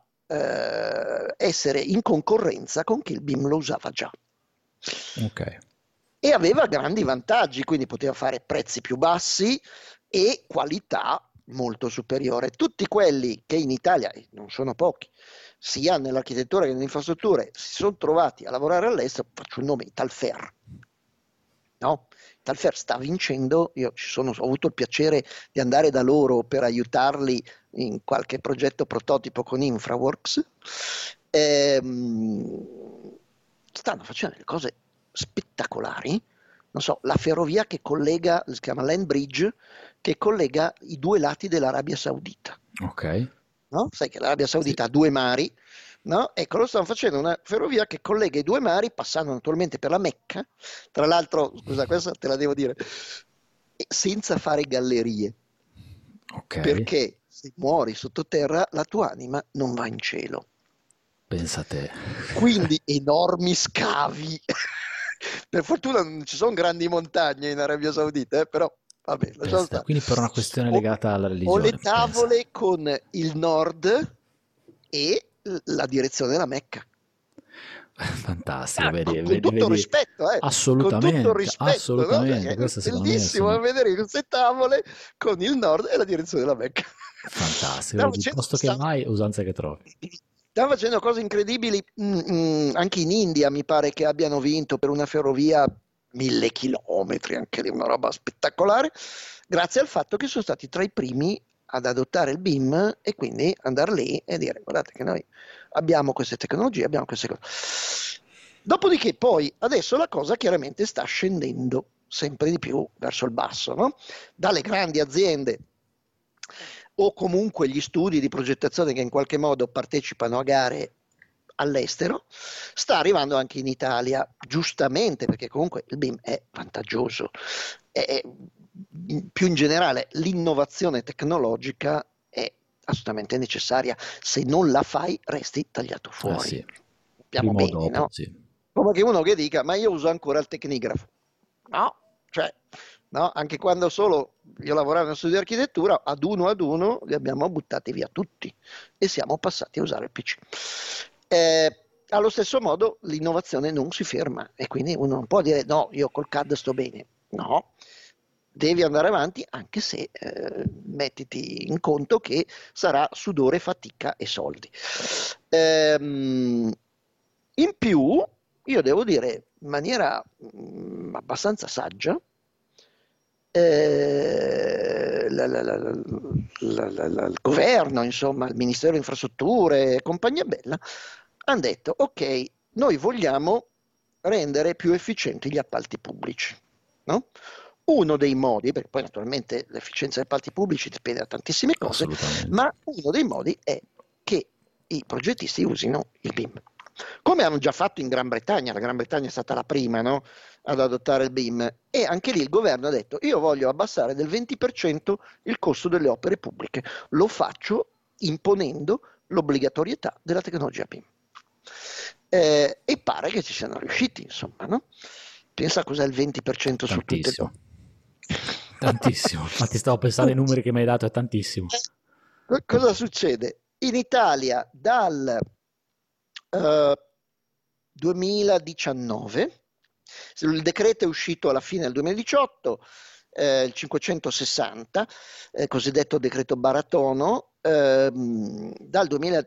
essere in concorrenza con chi il BIM lo usava già. Ok. E aveva grandi vantaggi, quindi poteva fare prezzi più bassi e qualità molto superiore. Tutti quelli che in Italia, e non sono pochi, sia nell'architettura che nelle infrastrutture, si sono trovati a lavorare all'estero, faccio il nome Italfer. No? Italfer sta vincendo, ho avuto il piacere di andare da loro per aiutarli in qualche progetto prototipo con Infraworks. Stanno facendo delle cose spettacolari. Non so, la ferrovia che collega, si chiama Land Bridge, che collega i due lati dell'Arabia Saudita. Ok. No? Sai che l'Arabia Sì. Saudita ha due mari, no? Ecco, loro stanno facendo una ferrovia che collega i due mari, passando naturalmente per la Mecca. Tra l'altro, scusa, questa te la devo dire, senza fare gallerie, Ok. perché se muori sottoterra la tua anima non va in cielo. Pensa a te. Quindi enormi scavi. Per fortuna non ci sono grandi montagne in Arabia Saudita, però vabbè, lasciamo Pensa te. stare. Quindi per una questione O, legata alla o le religione, pensa. tavole con il nord e la direzione della Mecca. Fantastico, Con tutto il vedi. rispetto, con tutto il Assolutamente, rispetto, no? assolutamente. È Queste secondo me bellissimo sono vedere queste tavole con il nord e la direzione della Mecca. fantastiche. Stiamo Vedi, il facendo, posto che vai, usanze che trovi. stiamo facendo cose incredibili, anche in India mi pare che abbiano vinto per una ferrovia 1000 chilometri, anche lì una roba spettacolare, grazie al fatto che sono stati tra i primi ad adottare il BIM e quindi andare lì e dire guardate che noi abbiamo queste tecnologie, abbiamo queste cose. Dopodiché poi adesso la cosa chiaramente sta scendendo sempre di più verso il basso, no? Dalle grandi aziende o comunque gli studi di progettazione che in qualche modo partecipano a gare all'estero, sta arrivando anche in Italia, giustamente perché comunque il BIM è vantaggioso. Più in generale l'innovazione tecnologica è assolutamente necessaria, se non la fai resti tagliato Eh fuori. sì, Sappiamo prima o bene, dopo, no? sì. Come che uno che dica, ma io uso ancora il tecnigrafo. No, cioè no? Anche quando solo io lavoravo in uno studio di architettura, ad uno li abbiamo buttati via tutti e siamo passati a usare il PC. Allo stesso modo l'innovazione non si ferma e quindi uno non può dire no, io col CAD sto bene. No, devi andare avanti anche se mettiti in conto che sarà sudore, fatica e soldi. In più, io devo dire in maniera abbastanza saggia, il governo, insomma, il Ministero delle Infrastrutture e compagnia bella, hanno detto ok, noi vogliamo rendere più efficienti gli appalti pubblici, no? Uno dei modi, perché poi naturalmente l'efficienza degli appalti pubblici dipende da tantissime cose, ma uno dei modi è che i progettisti usino il BIM. Come hanno già fatto in Gran Bretagna, la Gran Bretagna è stata la prima, no, ad adottare il BIM, e anche lì il governo ha detto io voglio abbassare del 20% il costo delle opere pubbliche, lo faccio imponendo l'obbligatorietà della tecnologia BIM. E pare che ci siano riusciti, insomma, no? Pensa cos'è il 20% su tutte le opere. Tantissimo, infatti stavo pensando ai numeri che mi hai dato, è tantissimo. Cosa succede? In Italia dal 2019, il decreto è uscito alla fine del 2018, il 560, cosiddetto decreto Baratono, dal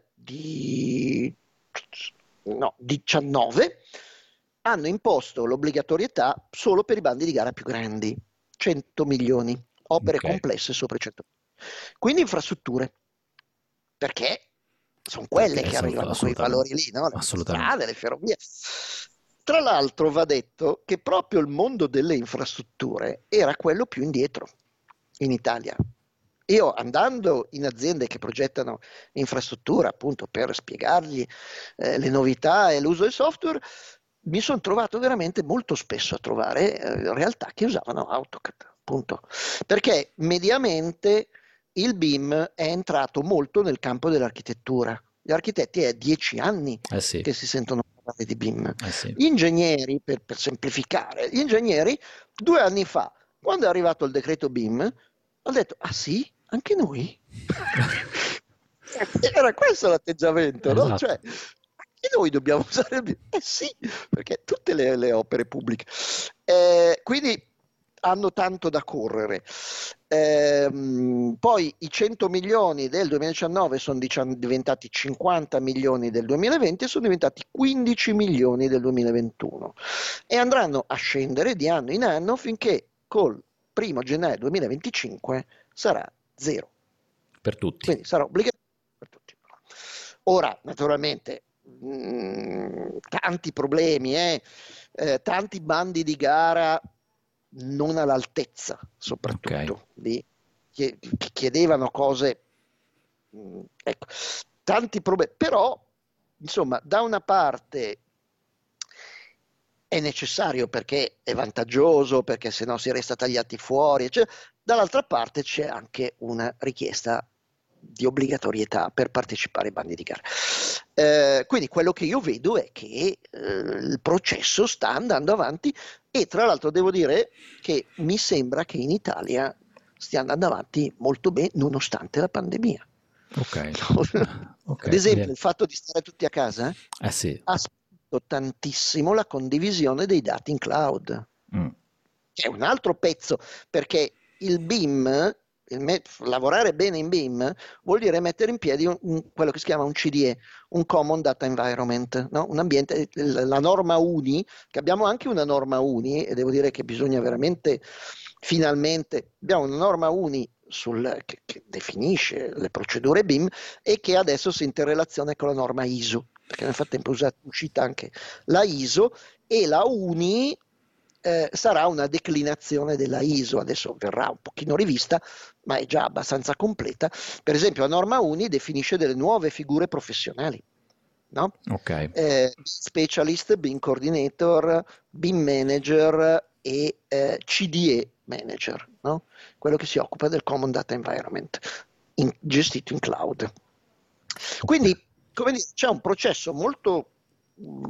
2019 hanno imposto l'obbligatorietà solo per i bandi di gara più grandi, 100 milioni, opere complesse sopra i 100 milioni. Quindi infrastrutture, perché sono quelle che arrivano a quei valori lì, no? Le strade, le ferrovie. Tra l'altro va detto che proprio il mondo delle infrastrutture era quello più indietro in Italia. Io andando in aziende che progettano infrastruttura appunto per spiegargli le novità e l'uso del software, mi sono trovato veramente molto spesso a trovare realtà che usavano AutoCAD, appunto, perché mediamente il BIM è entrato molto nel campo dell'architettura. Gli architetti è 10 anni che si sentono parlare di BIM. Gli ingegneri, per semplificare, gli ingegneri 2 anni fa, quando è arrivato il decreto BIM, hanno detto, ah sì, anche noi? Era questo l'atteggiamento, no? Cioè, anche noi dobbiamo usare il BIM? Eh sì, perché tutte le opere pubbliche. Quindi hanno tanto da correre. Poi i 100 milioni del 2019 sono diventati 50 milioni del 2020 e sono diventati 15 milioni del 2021 e andranno a scendere di anno in anno finché col 1° gennaio 2025 sarà zero. Per tutti. Quindi sarà obbligatorio per tutti. Ora, naturalmente, tanti problemi, tanti bandi di gara non all'altezza, soprattutto, che chiedevano cose, ecco, tanti problemi, però, insomma, da una parte è necessario perché è vantaggioso, perché se no si resta tagliati fuori, eccetera. Dall'altra parte c'è anche una richiesta di obbligatorietà per partecipare ai bandi di gara. Quindi quello che io vedo è che il processo sta andando avanti e tra l'altro devo dire che mi sembra che in Italia stia andando avanti molto bene nonostante la pandemia. Ad esempio il fatto di stare tutti a casa ha spinto tantissimo la condivisione dei dati in cloud. C'è un altro pezzo perché il BIM, lavorare bene in BIM vuol dire mettere in piedi quello che si chiama un CDE, un Common Data Environment, no? Un ambiente, la norma UNI, che abbiamo anche una norma UNI e devo dire che bisogna veramente, finalmente, abbiamo una norma UNI che definisce le procedure BIM e che adesso si interrelaziona con la norma ISO, perché nel frattempo è uscita anche la ISO e la UNI sarà una declinazione della ISO, adesso verrà un pochino rivista, ma è già abbastanza completa. Per esempio la norma UNI definisce delle nuove figure professionali, no? Specialist, BIM Coordinator, BIM Manager e CDE Manager, no? Quello che si occupa del Common Data Environment, gestito in cloud. Quindi, come dire, c'è un processo molto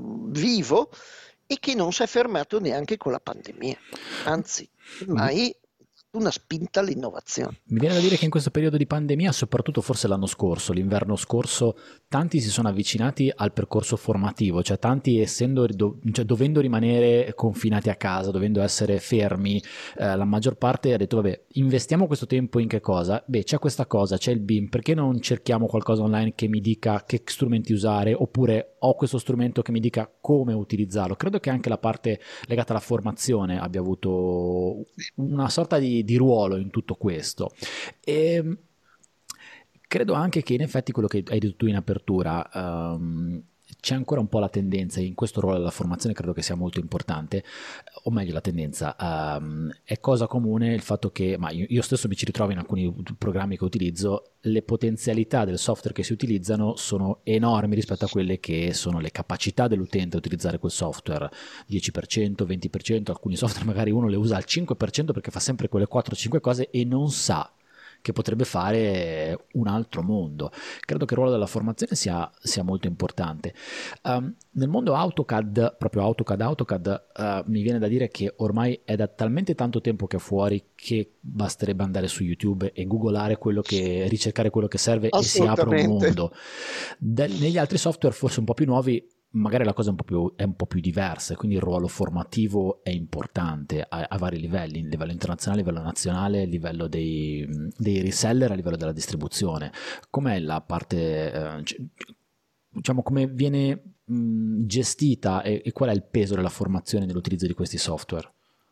vivo e che non si è fermato neanche con la pandemia, anzi, mai una spinta all'innovazione. Mi viene da dire che in questo periodo di pandemia, soprattutto forse l'anno scorso, l'inverno scorso, tanti si sono avvicinati al percorso formativo, cioè tanti dovendo rimanere confinati a casa, dovendo essere fermi, la maggior parte ha detto vabbè, investiamo questo tempo in che cosa? Beh, c'è questa cosa, c'è il BIM, perché non cerchiamo qualcosa online che mi dica che strumenti usare, oppure ho questo strumento che mi dica come utilizzarlo? Credo che anche la parte legata alla formazione abbia avuto una sorta di ruolo in tutto questo. E credo anche che in effetti quello che hai detto tu in apertura, c'è ancora un po' la tendenza, in questo ruolo della formazione credo che sia molto importante, o meglio la tendenza, è cosa comune il fatto che, ma io stesso mi ci ritrovo in alcuni programmi che utilizzo, le potenzialità del software che si utilizzano sono enormi rispetto a quelle che sono le capacità dell'utente a utilizzare quel software, 10%, 20%, alcuni software magari uno le usa al 5% perché fa sempre quelle 4-5 cose e non sa che potrebbe fare un altro mondo. Credo che il ruolo della formazione sia molto importante. Nel mondo AutoCAD, proprio AutoCAD, mi viene da dire che ormai è da talmente tanto tempo che è fuori che basterebbe andare su YouTube e googolare ricercare quello che serve e si apre un mondo. Negli altri software forse un po' più nuovi magari la cosa è un po' più diversa, quindi il ruolo formativo è importante a vari livelli, a livello internazionale, a livello nazionale, a livello dei reseller, a livello della distribuzione. Com'è la parte, diciamo, come viene gestita e qual è il peso della formazione nell'utilizzo di questi software?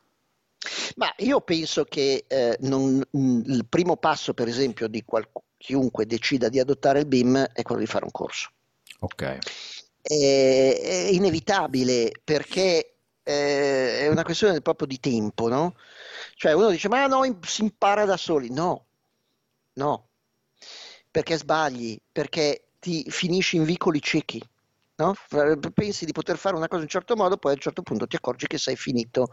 Ma io penso che il primo passo, per esempio, di chiunque decida di adottare il BIM è quello di fare un corso. Ok. È inevitabile perché è una questione proprio di tempo, no? Cioè uno dice, ma no, si impara da soli. No, no, perché sbagli, perché ti finisci in vicoli ciechi. No? Pensi di poter fare una cosa in un certo modo, poi a un certo punto ti accorgi che sei finito,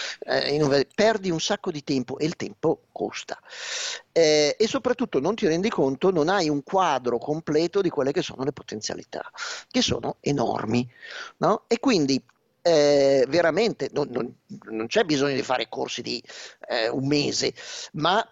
perdi un sacco di tempo e il tempo costa. E soprattutto non ti rendi conto, non hai un quadro completo di quelle che sono le potenzialità, che sono enormi. No? E quindi veramente non c'è bisogno di fare corsi di un mese, ma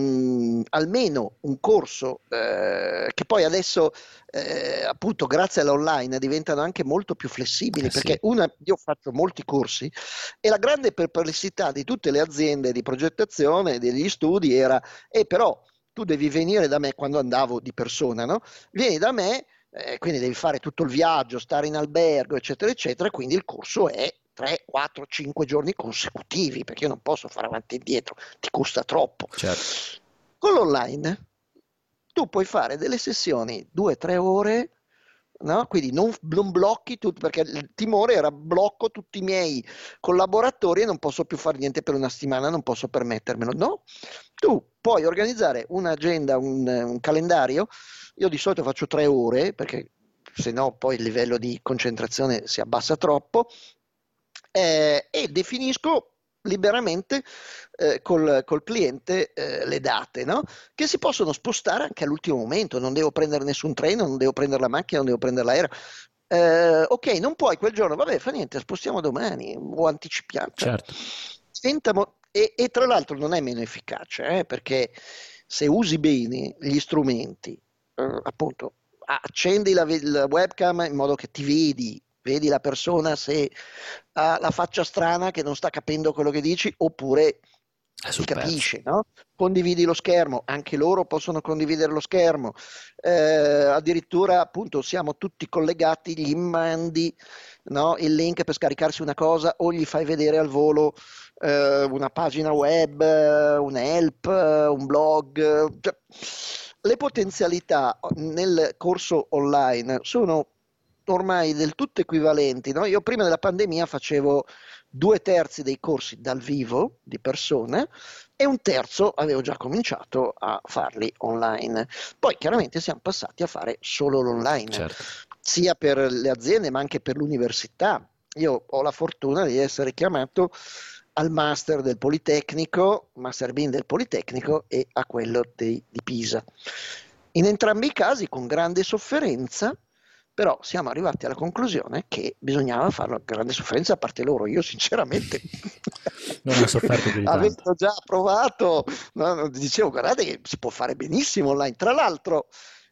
almeno un corso che poi adesso appunto grazie all'online diventano anche molto più flessibili, perché Sì. io faccio molti corsi e la grande perplessità di tutte le aziende di progettazione degli studi era però tu devi venire da me quando andavo di persona, no? Vieni da me, quindi devi fare tutto il viaggio, stare in albergo, eccetera, eccetera, quindi il corso è 3, 4, 5 giorni consecutivi, perché io non posso fare avanti e indietro, ti costa troppo. Certo. Con l'online tu puoi fare delle sessioni 2-3 ore, no? Quindi non blocchi tutto, perché il timore era blocco tutti i miei collaboratori e non posso più fare niente per una settimana, non posso permettermelo. No, tu puoi organizzare un'agenda, un calendario. Io di solito faccio 3 ore perché se no poi il livello di concentrazione si abbassa troppo, e definisco liberamente col cliente le date, no? Che si possono spostare anche all'ultimo momento, non devo prendere nessun treno, non devo prendere la macchina, non devo prendere l'aereo. Ok, non puoi quel giorno, vabbè, fa niente, spostiamo domani o anticipiamo. Cioè, Certo. e tra l'altro non è meno efficace, perché se usi bene gli strumenti, appunto, accendi la webcam in modo che ti vedi la persona se ha la faccia strana che non sta capendo quello che dici oppure È ti sul pezzo. capisce, no? Condividi lo schermo, anche loro possono condividere lo schermo, addirittura appunto siamo tutti collegati, gli mandi, no, il link per scaricarsi una cosa o gli fai vedere al volo una pagina web, un help, un blog, cioè, le potenzialità nel corso online sono ormai del tutto equivalenti, no? Io prima della pandemia facevo 2/3 dei corsi dal vivo di persone e un terzo avevo già cominciato a farli online. Poi chiaramente siamo passati a fare solo l'online, Certo. sia per le aziende ma anche per l'università. Io ho la fortuna di essere chiamato al master del Politecnico, master BIM del Politecnico e a quello di Pisa. In entrambi i casi con grande sofferenza, però siamo arrivati alla conclusione che bisognava farlo a grande sofferenza, a parte loro. Io sinceramente Non hai sofferto più di tanto. avendo già provato, no, dicevo guardate che si può fare benissimo online. Tra l'altro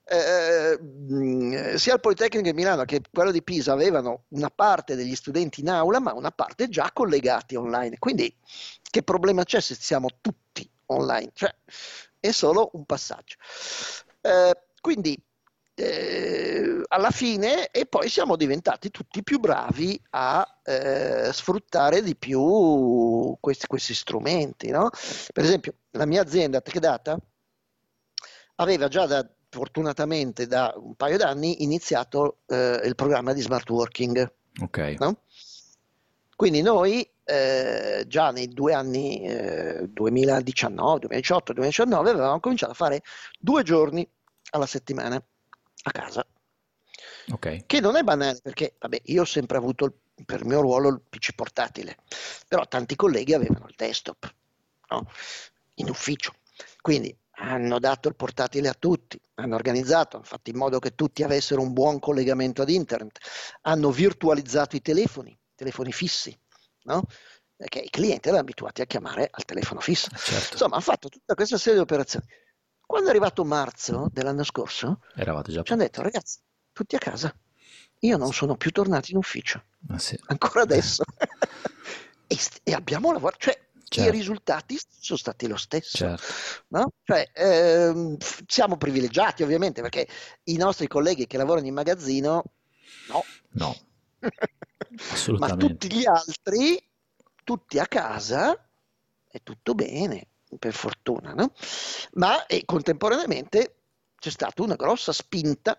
sia il Politecnico di Milano che quello di Pisa avevano una parte degli studenti in aula, ma una parte già collegati online. Quindi che problema c'è se siamo tutti online? Cioè, è solo un passaggio. Quindi alla fine, e poi siamo diventati tutti più bravi a sfruttare di più questi strumenti, no? Per esempio, la mia azienda TechData aveva già fortunatamente da un paio d'anni iniziato il programma di smart working. Ok. No? Quindi noi già nei 2 anni 2019, 2018, 2019 avevamo cominciato a fare 2 giorni alla settimana a casa. Ok. Che non è banale perché, vabbè, io ho sempre avuto per il mio ruolo il PC portatile, però tanti colleghi avevano il desktop, no? In ufficio. Quindi hanno dato il portatile a tutti, hanno organizzato, hanno fatto in modo che tutti avessero un buon collegamento ad internet, hanno virtualizzato i telefoni fissi, no? Perché i clienti erano abituati a chiamare al telefono fisso. Certo. Insomma, hanno fatto tutta questa serie di operazioni. Quando è arrivato marzo dell'anno scorso, Eravate già ci hanno pronti. detto, ragazzi, tutti a casa. Io non sono più tornato in ufficio, Ah, sì. ancora adesso. E abbiamo lavorato, cioè i Certo. risultati sono stati lo stesso, Certo. no? Cioè, siamo privilegiati ovviamente perché i nostri colleghi che lavorano in magazzino, no. No, Ma tutti assolutamente. gli altri, tutti a casa, è tutto bene, per fortuna, no? Ma contemporaneamente c'è stata una grossa spinta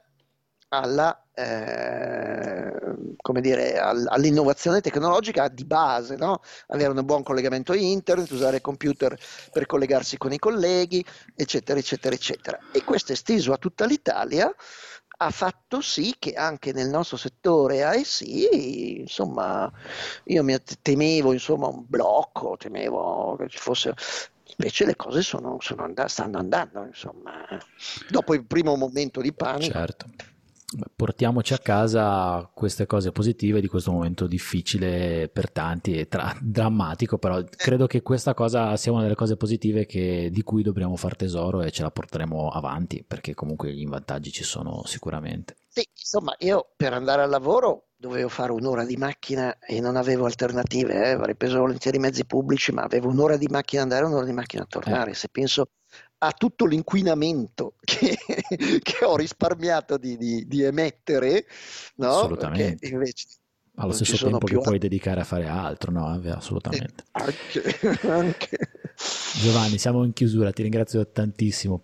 come dire, all'innovazione tecnologica di base, no? Avere un buon collegamento internet, usare il computer per collegarsi con i colleghi, eccetera, eccetera, eccetera. E questo esteso a tutta l'Italia ha fatto sì che anche nel nostro settore ASI, insomma, io temevo insomma, un blocco, temevo che ci fosse. Invece le cose stanno andando, insomma, dopo il primo momento di panico. Certo. Beh, portiamoci a casa queste cose positive di questo momento difficile per tanti e drammatico, però credo che questa cosa sia una delle cose positive di cui dobbiamo far tesoro e ce la porteremo avanti, perché comunque gli vantaggi ci sono sicuramente. Sì, insomma, io per andare al lavoro dovevo fare un'ora di macchina e non avevo alternative, avrei preso volentieri i mezzi pubblici, ma avevo un'ora di macchina andare e un'ora di macchina tornare. Se penso a tutto l'inquinamento che ho risparmiato di emettere, no? Perché Assolutamente. invece Allo non ci stesso sono tempo che più puoi dedicare a fare altro, no? Assolutamente. anche. Giovanni, siamo in chiusura, ti ringrazio tantissimo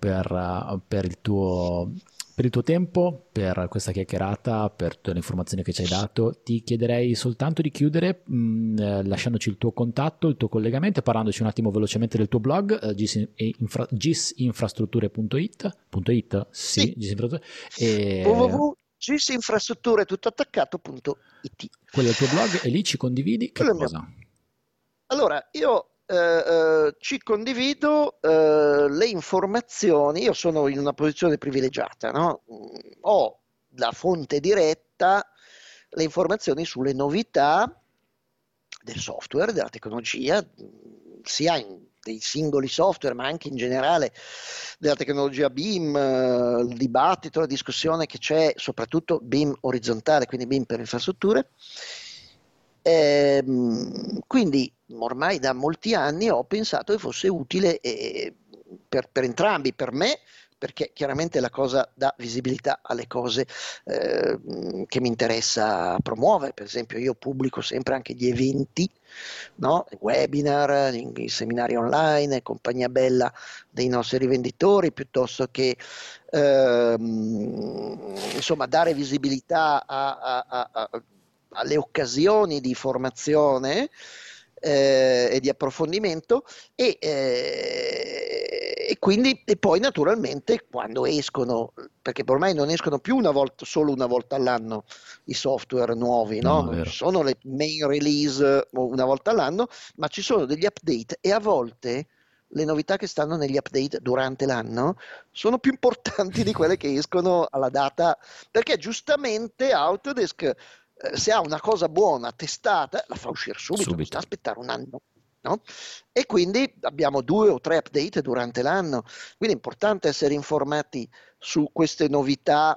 per il tuo tempo, per questa chiacchierata, per tutte le informazioni che ci hai dato. Ti chiederei soltanto di chiudere lasciandoci il tuo contatto, il tuo collegamento e parlandoci un attimo velocemente del tuo blog, gisinfrastrutture.it. Sì, Sì, Gisinfrastrutture. E www.gisinfrastrutturetuttoattaccato.it. quello è il tuo blog e lì ci condividi che Quello è il mio. cosa? Allora, io ci condivido le informazioni, io sono in una posizione privilegiata, no? Ho la fonte diretta, le informazioni sulle novità del software, della tecnologia, sia dei singoli software, ma anche in generale della tecnologia BIM, il dibattito, la discussione che c'è, soprattutto BIM orizzontale, quindi BIM per infrastrutture. Quindi ormai da molti anni ho pensato che fosse utile per entrambi, per me, perché chiaramente la cosa dà visibilità alle cose che mi interessa promuovere. Per esempio, io pubblico sempre anche gli eventi, no? Webinar, i seminari online, compagnia bella dei nostri rivenditori, piuttosto che insomma dare visibilità alle occasioni di formazione e di approfondimento e quindi e poi naturalmente quando escono, perché ormai non escono più solo una volta all'anno i software nuovi, no? No, è Non ci vero. sono le main release una volta all'anno, ma ci sono degli update e a volte le novità che stanno negli update durante l'anno sono più importanti di quelle che escono alla data, perché giustamente Autodesk, se ha una cosa buona testata, la fa uscire subito, non sta a aspettare un anno. No? E quindi abbiamo 2 o 3 update durante l'anno, quindi è importante essere informati su queste novità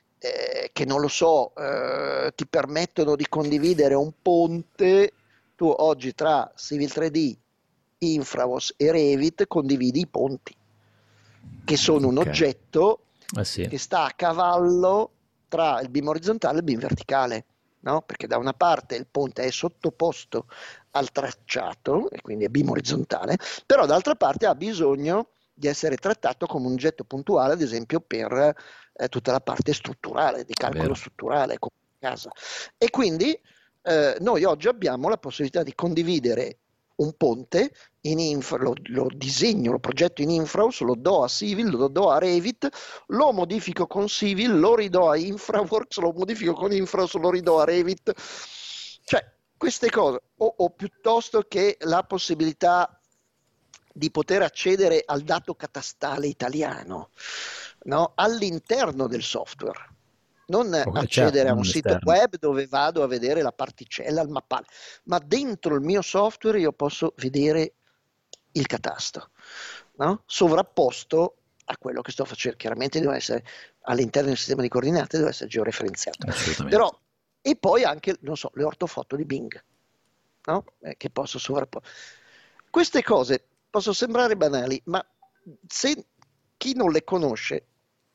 che non lo so, ti permettono di condividere un ponte. Tu oggi tra Civil 3D, Infravos e Revit condividi i ponti, che sono un oggetto che sta a cavallo tra il BIM orizzontale e il BIM verticale, no? Perché da una parte il ponte è sottoposto al tracciato e quindi è BIM orizzontale, però d'altra parte ha bisogno di essere trattato come un oggetto puntuale, ad esempio per tutta la parte strutturale, di calcolo strutturale, come casa. E quindi noi oggi abbiamo la possibilità di condividere un ponte in lo disegno, lo progetto in Infrahouse, lo do a Civil, lo do a Revit, lo modifico con Civil, lo ridò a Infraworks, lo modifico con Infrahouse, lo ridò a Revit. Cioè, queste cose, o piuttosto che la possibilità di poter accedere al dato catastale italiano, no? All'interno del software. Non accedere a un sito web dove vado a vedere la particella, il mappale, ma dentro il mio software io posso vedere il catasto, no? Sovrapposto a quello che sto facendo. Chiaramente deve essere all'interno del sistema di coordinate, deve essere georeferenziato. Però, e poi anche, non so, le ortofoto di Bing, no? Che posso sovrapporre. Queste cose possono sembrare banali, ma se chi non le conosce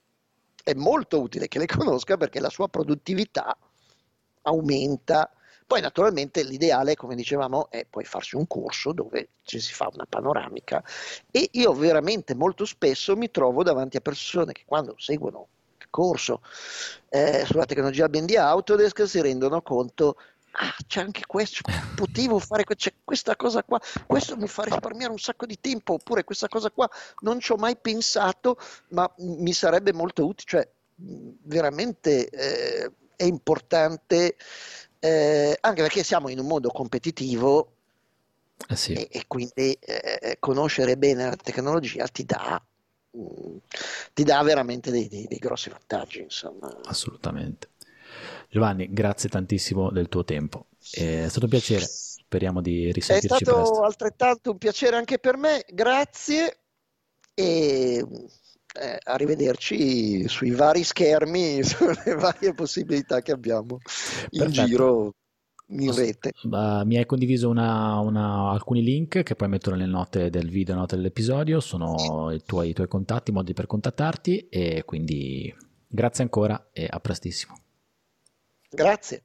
è molto utile che le conosca, perché la sua produttività aumenta. Poi naturalmente l'ideale, come dicevamo, è poi farsi un corso dove ci si fa una panoramica, e io veramente molto spesso mi trovo davanti a persone che quando seguono il corso sulla tecnologia BIM di Autodesk si rendono conto: ah, c'è anche questo, potevo fare c'è questa cosa qua, questo mi fa risparmiare un sacco di tempo, oppure questa cosa qua non ci ho mai pensato, ma mi sarebbe molto utile. Cioè, veramente è importante, anche perché siamo in un mondo competitivo, e quindi conoscere bene la tecnologia ti dà veramente dei grossi vantaggi, insomma. Assolutamente. Giovanni, grazie tantissimo del tuo tempo, è stato un piacere, speriamo di risentirci presto. È stato altrettanto un piacere anche per me, grazie, e arrivederci sui vari schermi, sulle varie possibilità che abbiamo in giro in rete. Mi hai condiviso alcuni link che poi metto nelle note del video, note dell'episodio, sono i tuoi contatti, modi per contattarti, e quindi grazie ancora e a prestissimo. Grazie.